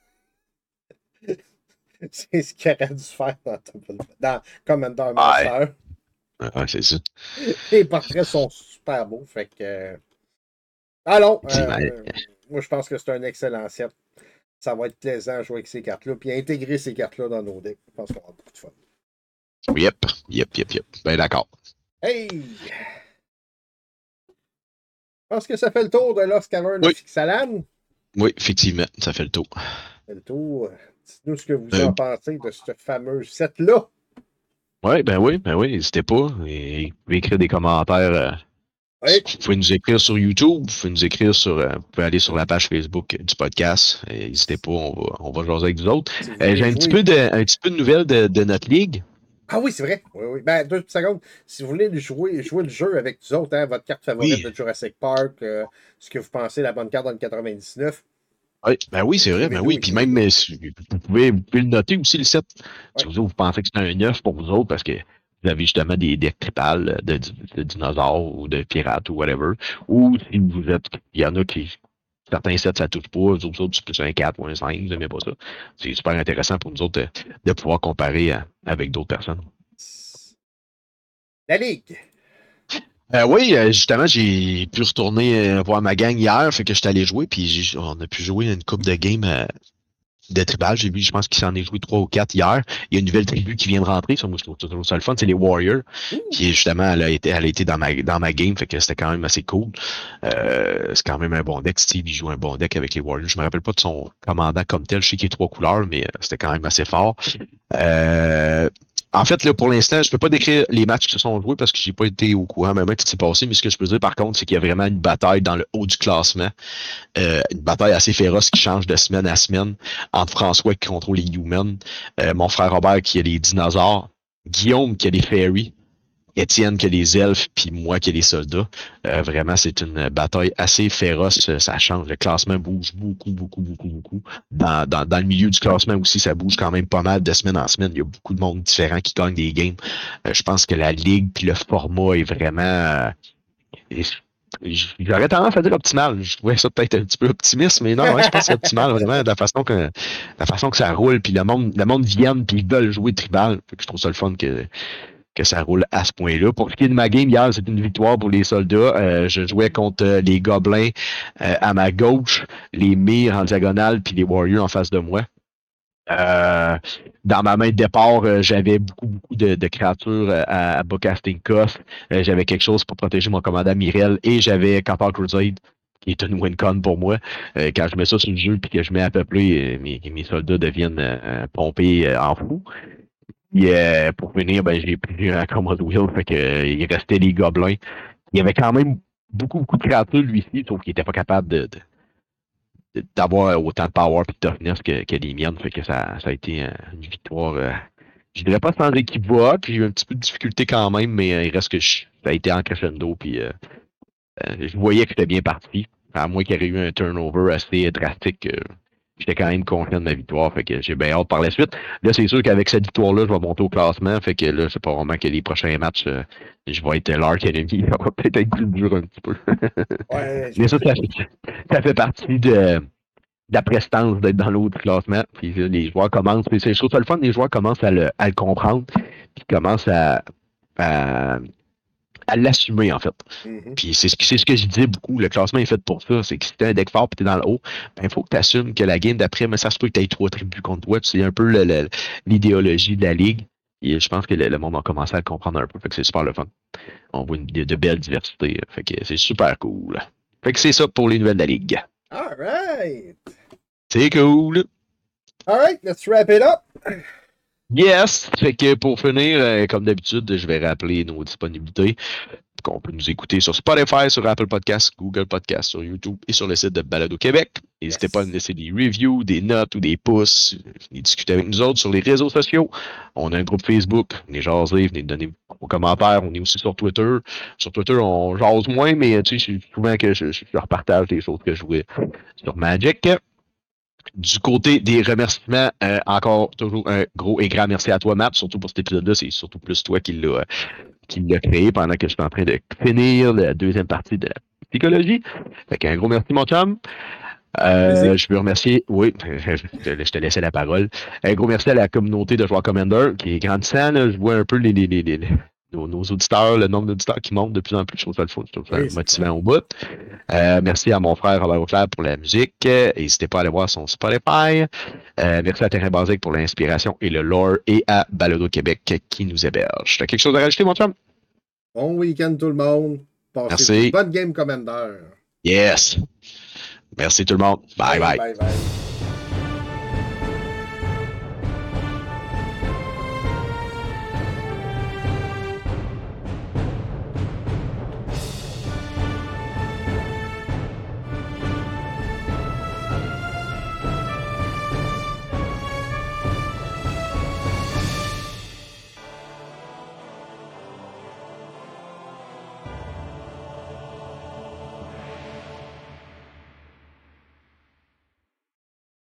c'est ce qu'il aurait dû faire dans Commander Ouais, Master. ouais, c'est ça. Les portraits sont super beaux. Fait que, allons, Effectivement. moi, je pense que c'est un excellent set. Ça va être plaisant à jouer avec ces cartes-là. Puis intégrer ces cartes-là dans nos decks. Je pense qu'on aura beaucoup de fun. Yep. Ben d'accord. Hey! Je pense que ça fait le tour de Lost Cavern of Oui, Ixalan. oui, effectivement, ça fait le tour. Ça fait le tour. Dites-nous ce que vous Euh, en pensez de ce fameux set-là. ouais, ben oui, n'hésitez pas. Et vous pouvez écrire des commentaires. Oui. Vous pouvez nous écrire sur YouTube, vous pouvez nous écrire sur. Vous pouvez aller sur la page Facebook du podcast. N'hésitez pas, on va jaser avec vous autres. Si vous J'ai voulez jouer. un petit peu de nouvelles de notre ligue. Ah oui, c'est vrai. Oui, oui. Ben, 2 secondes. Si vous voulez jouer le jeu avec nous autres, hein, votre carte favorite Oui, de Jurassic Park, ce que vous pensez la bonne carte dans le 99, oui, ben oui, c'est vrai, ben écrivez-nous, oui. Puis même, écrivez-nous. vous pouvez le noter aussi, le set. Oui. Si vous pensez que c'est un 9 pour vous autres, parce que vous avez justement des decks tripales de dinosaures ou de pirates ou whatever. Ou si vous êtes, il y en a qui, certains sets, ça touche pas, les autres, c'est plus un 4 ou un 5, vous n'aimez pas ça. C'est super intéressant pour nous autres de pouvoir comparer avec d'autres personnes. La Ligue. Oui, justement, j'ai pu retourner voir ma gang hier, fait que j'étais allé jouer, puis on a pu jouer une coupe de games de tribal. J'ai vu, je pense qu'il s'en est joué 3 ou 4 hier. Il y a une nouvelle tribu qui vient de rentrer. Ça, moi, je trouve toujours ça le fun. C'est les Warriors. Qui, Ouh. justement, elle a été dans ma game. Fait que c'était quand même assez cool. C'est quand même un bon deck. Steve, il joue un bon deck avec les Warriors. Je me rappelle pas de son commandant comme tel. Je sais qu'il est 3 couleurs, mais c'était quand même assez fort. Euh, En fait, là, pour l'instant, je peux pas décrire les matchs qui se sont joués parce que j'ai pas été au courant même tout s'est passé. Mais ce que je peux dire, par contre, c'est qu'il y a vraiment une bataille dans le haut du classement. Une bataille assez féroce qui change de semaine à semaine entre François qui contrôle les humans, mon frère Robert qui a les dinosaures, Guillaume qui a les fairies, Étienne qui a les elfes, puis moi qui a les soldats. Vraiment, c'est une bataille assez féroce. Ça change. Le classement bouge beaucoup. Dans le milieu du classement aussi, ça bouge quand même pas mal de semaine en semaine. Il y a beaucoup de monde différent qui gagne des games. Je pense que la ligue puis le format est vraiment j'aurais tendance à dire optimal. Je trouvais ça peut-être un petit peu optimiste, mais non, ouais, je pense que c'est optimal vraiment de la façon que ça roule, puis le monde vienne, puis ils veulent jouer tribal. Fait que je trouve ça le fun que ça roule à ce point-là. Pour ce qui est de ma game hier, c'est une victoire pour les soldats. Je jouais contre les gobelins à ma gauche, les mires en diagonale, puis les warriors en face de moi. Euh, Dans ma main de départ, j'avais beaucoup de créatures à bas casting cost. J'avais quelque chose pour protéger mon commandant Mirel et j'avais Campar Crusade, qui est une win-con pour moi. Quand je mets ça sur le jeu puis que je mets à peu près, mes soldats deviennent pompés en fou. Et pour finir, ben, j'ai pris un Command Wheel, fait que, il restait les gobelins. Il y avait quand même beaucoup de créatures, lui-ci, sauf qu'il était pas capable d'avoir autant de power et de toughness que les miennes. Fait que ça a été une victoire, je dirais pas sans équivoque. J'ai eu un petit peu de difficulté quand même, mais il reste que ça a été en crescendo. Puis je voyais que c'était bien parti. À moins qu'il y ait eu un turnover assez drastique, j'étais quand même confiant de ma victoire. Fait que j'ai bien hâte par la suite. Là, c'est sûr qu'avec cette victoire-là, je vais monter au classement. Fait que là, c'est pas vraiment que les prochains matchs, je vais être l'Ark Enemy. Ça va peut-être être plus dur un petit peu. Ouais, Mais ça fait partie de la prestance d'être dans l'autre classement. Puis là, les joueurs commencent. Puis je trouve ça le fun, les joueurs commencent à le comprendre. Puis commencent à, à l'assumer, en fait. mhm. Puis c'est ce que je disais beaucoup. Le classement est fait pour ça. C'est que si t'es un deck fort et t'es dans le haut, ben, il faut que tu assumes que la game d'après, mais ça se peut que tu aies 3 tribus contre toi. Puis c'est un peu l'idéologie de la ligue. Et je pense que le monde a commencé à le comprendre un peu. Fait que c'est super le fun. On voit de belles diversités. Fait que c'est super cool. Fait que c'est ça pour les nouvelles de la ligue. All right. C'est cool. All right, let's wrap it up. Yes! Fait que pour finir, comme d'habitude, je vais rappeler nos disponibilités. qu'on peut nous écouter sur Spotify, sur Apple Podcasts, Google Podcasts, sur YouTube et sur le site de Balado Québec. N'hésitez pas à nous laisser des reviews, des notes ou des pouces. Venez discuter avec nous autres sur les réseaux sociaux. On a un groupe Facebook. Venez jaser, venez donner vos commentaires. On est aussi sur Twitter. Sur Twitter, on jase moins, mais tu sais, souvent que je repartage des choses que je jouais sur Magic. Du côté des remerciements, encore toujours un gros et grand merci à toi, Matt, surtout pour cet épisode-là. C'est surtout plus toi qui l'a créé pendant que je suis en train de finir la deuxième partie de la psychologie. Fait qu'un gros merci, mon chum. Je veux remercier, oui, je te laissais la parole. Un gros merci à la communauté de joueurs Commander qui est grandissant. Là. Je vois un peu nos auditeurs, le nombre d'auditeurs qui monte de plus en plus. Je trouve ça le fun, je trouve ça motivant au bout. Merci à mon frère Robert Auclair pour la musique. N'hésitez pas à aller voir son Spotify. Merci à Terrain Basique pour l'inspiration et le lore et à Balado Québec qui nous héberge. Tu as quelque chose à rajouter, mon chum? Bon week-end tout le monde. Passez une bonne game Commander. Yes. Merci tout le monde. Bye bye. Bye bye.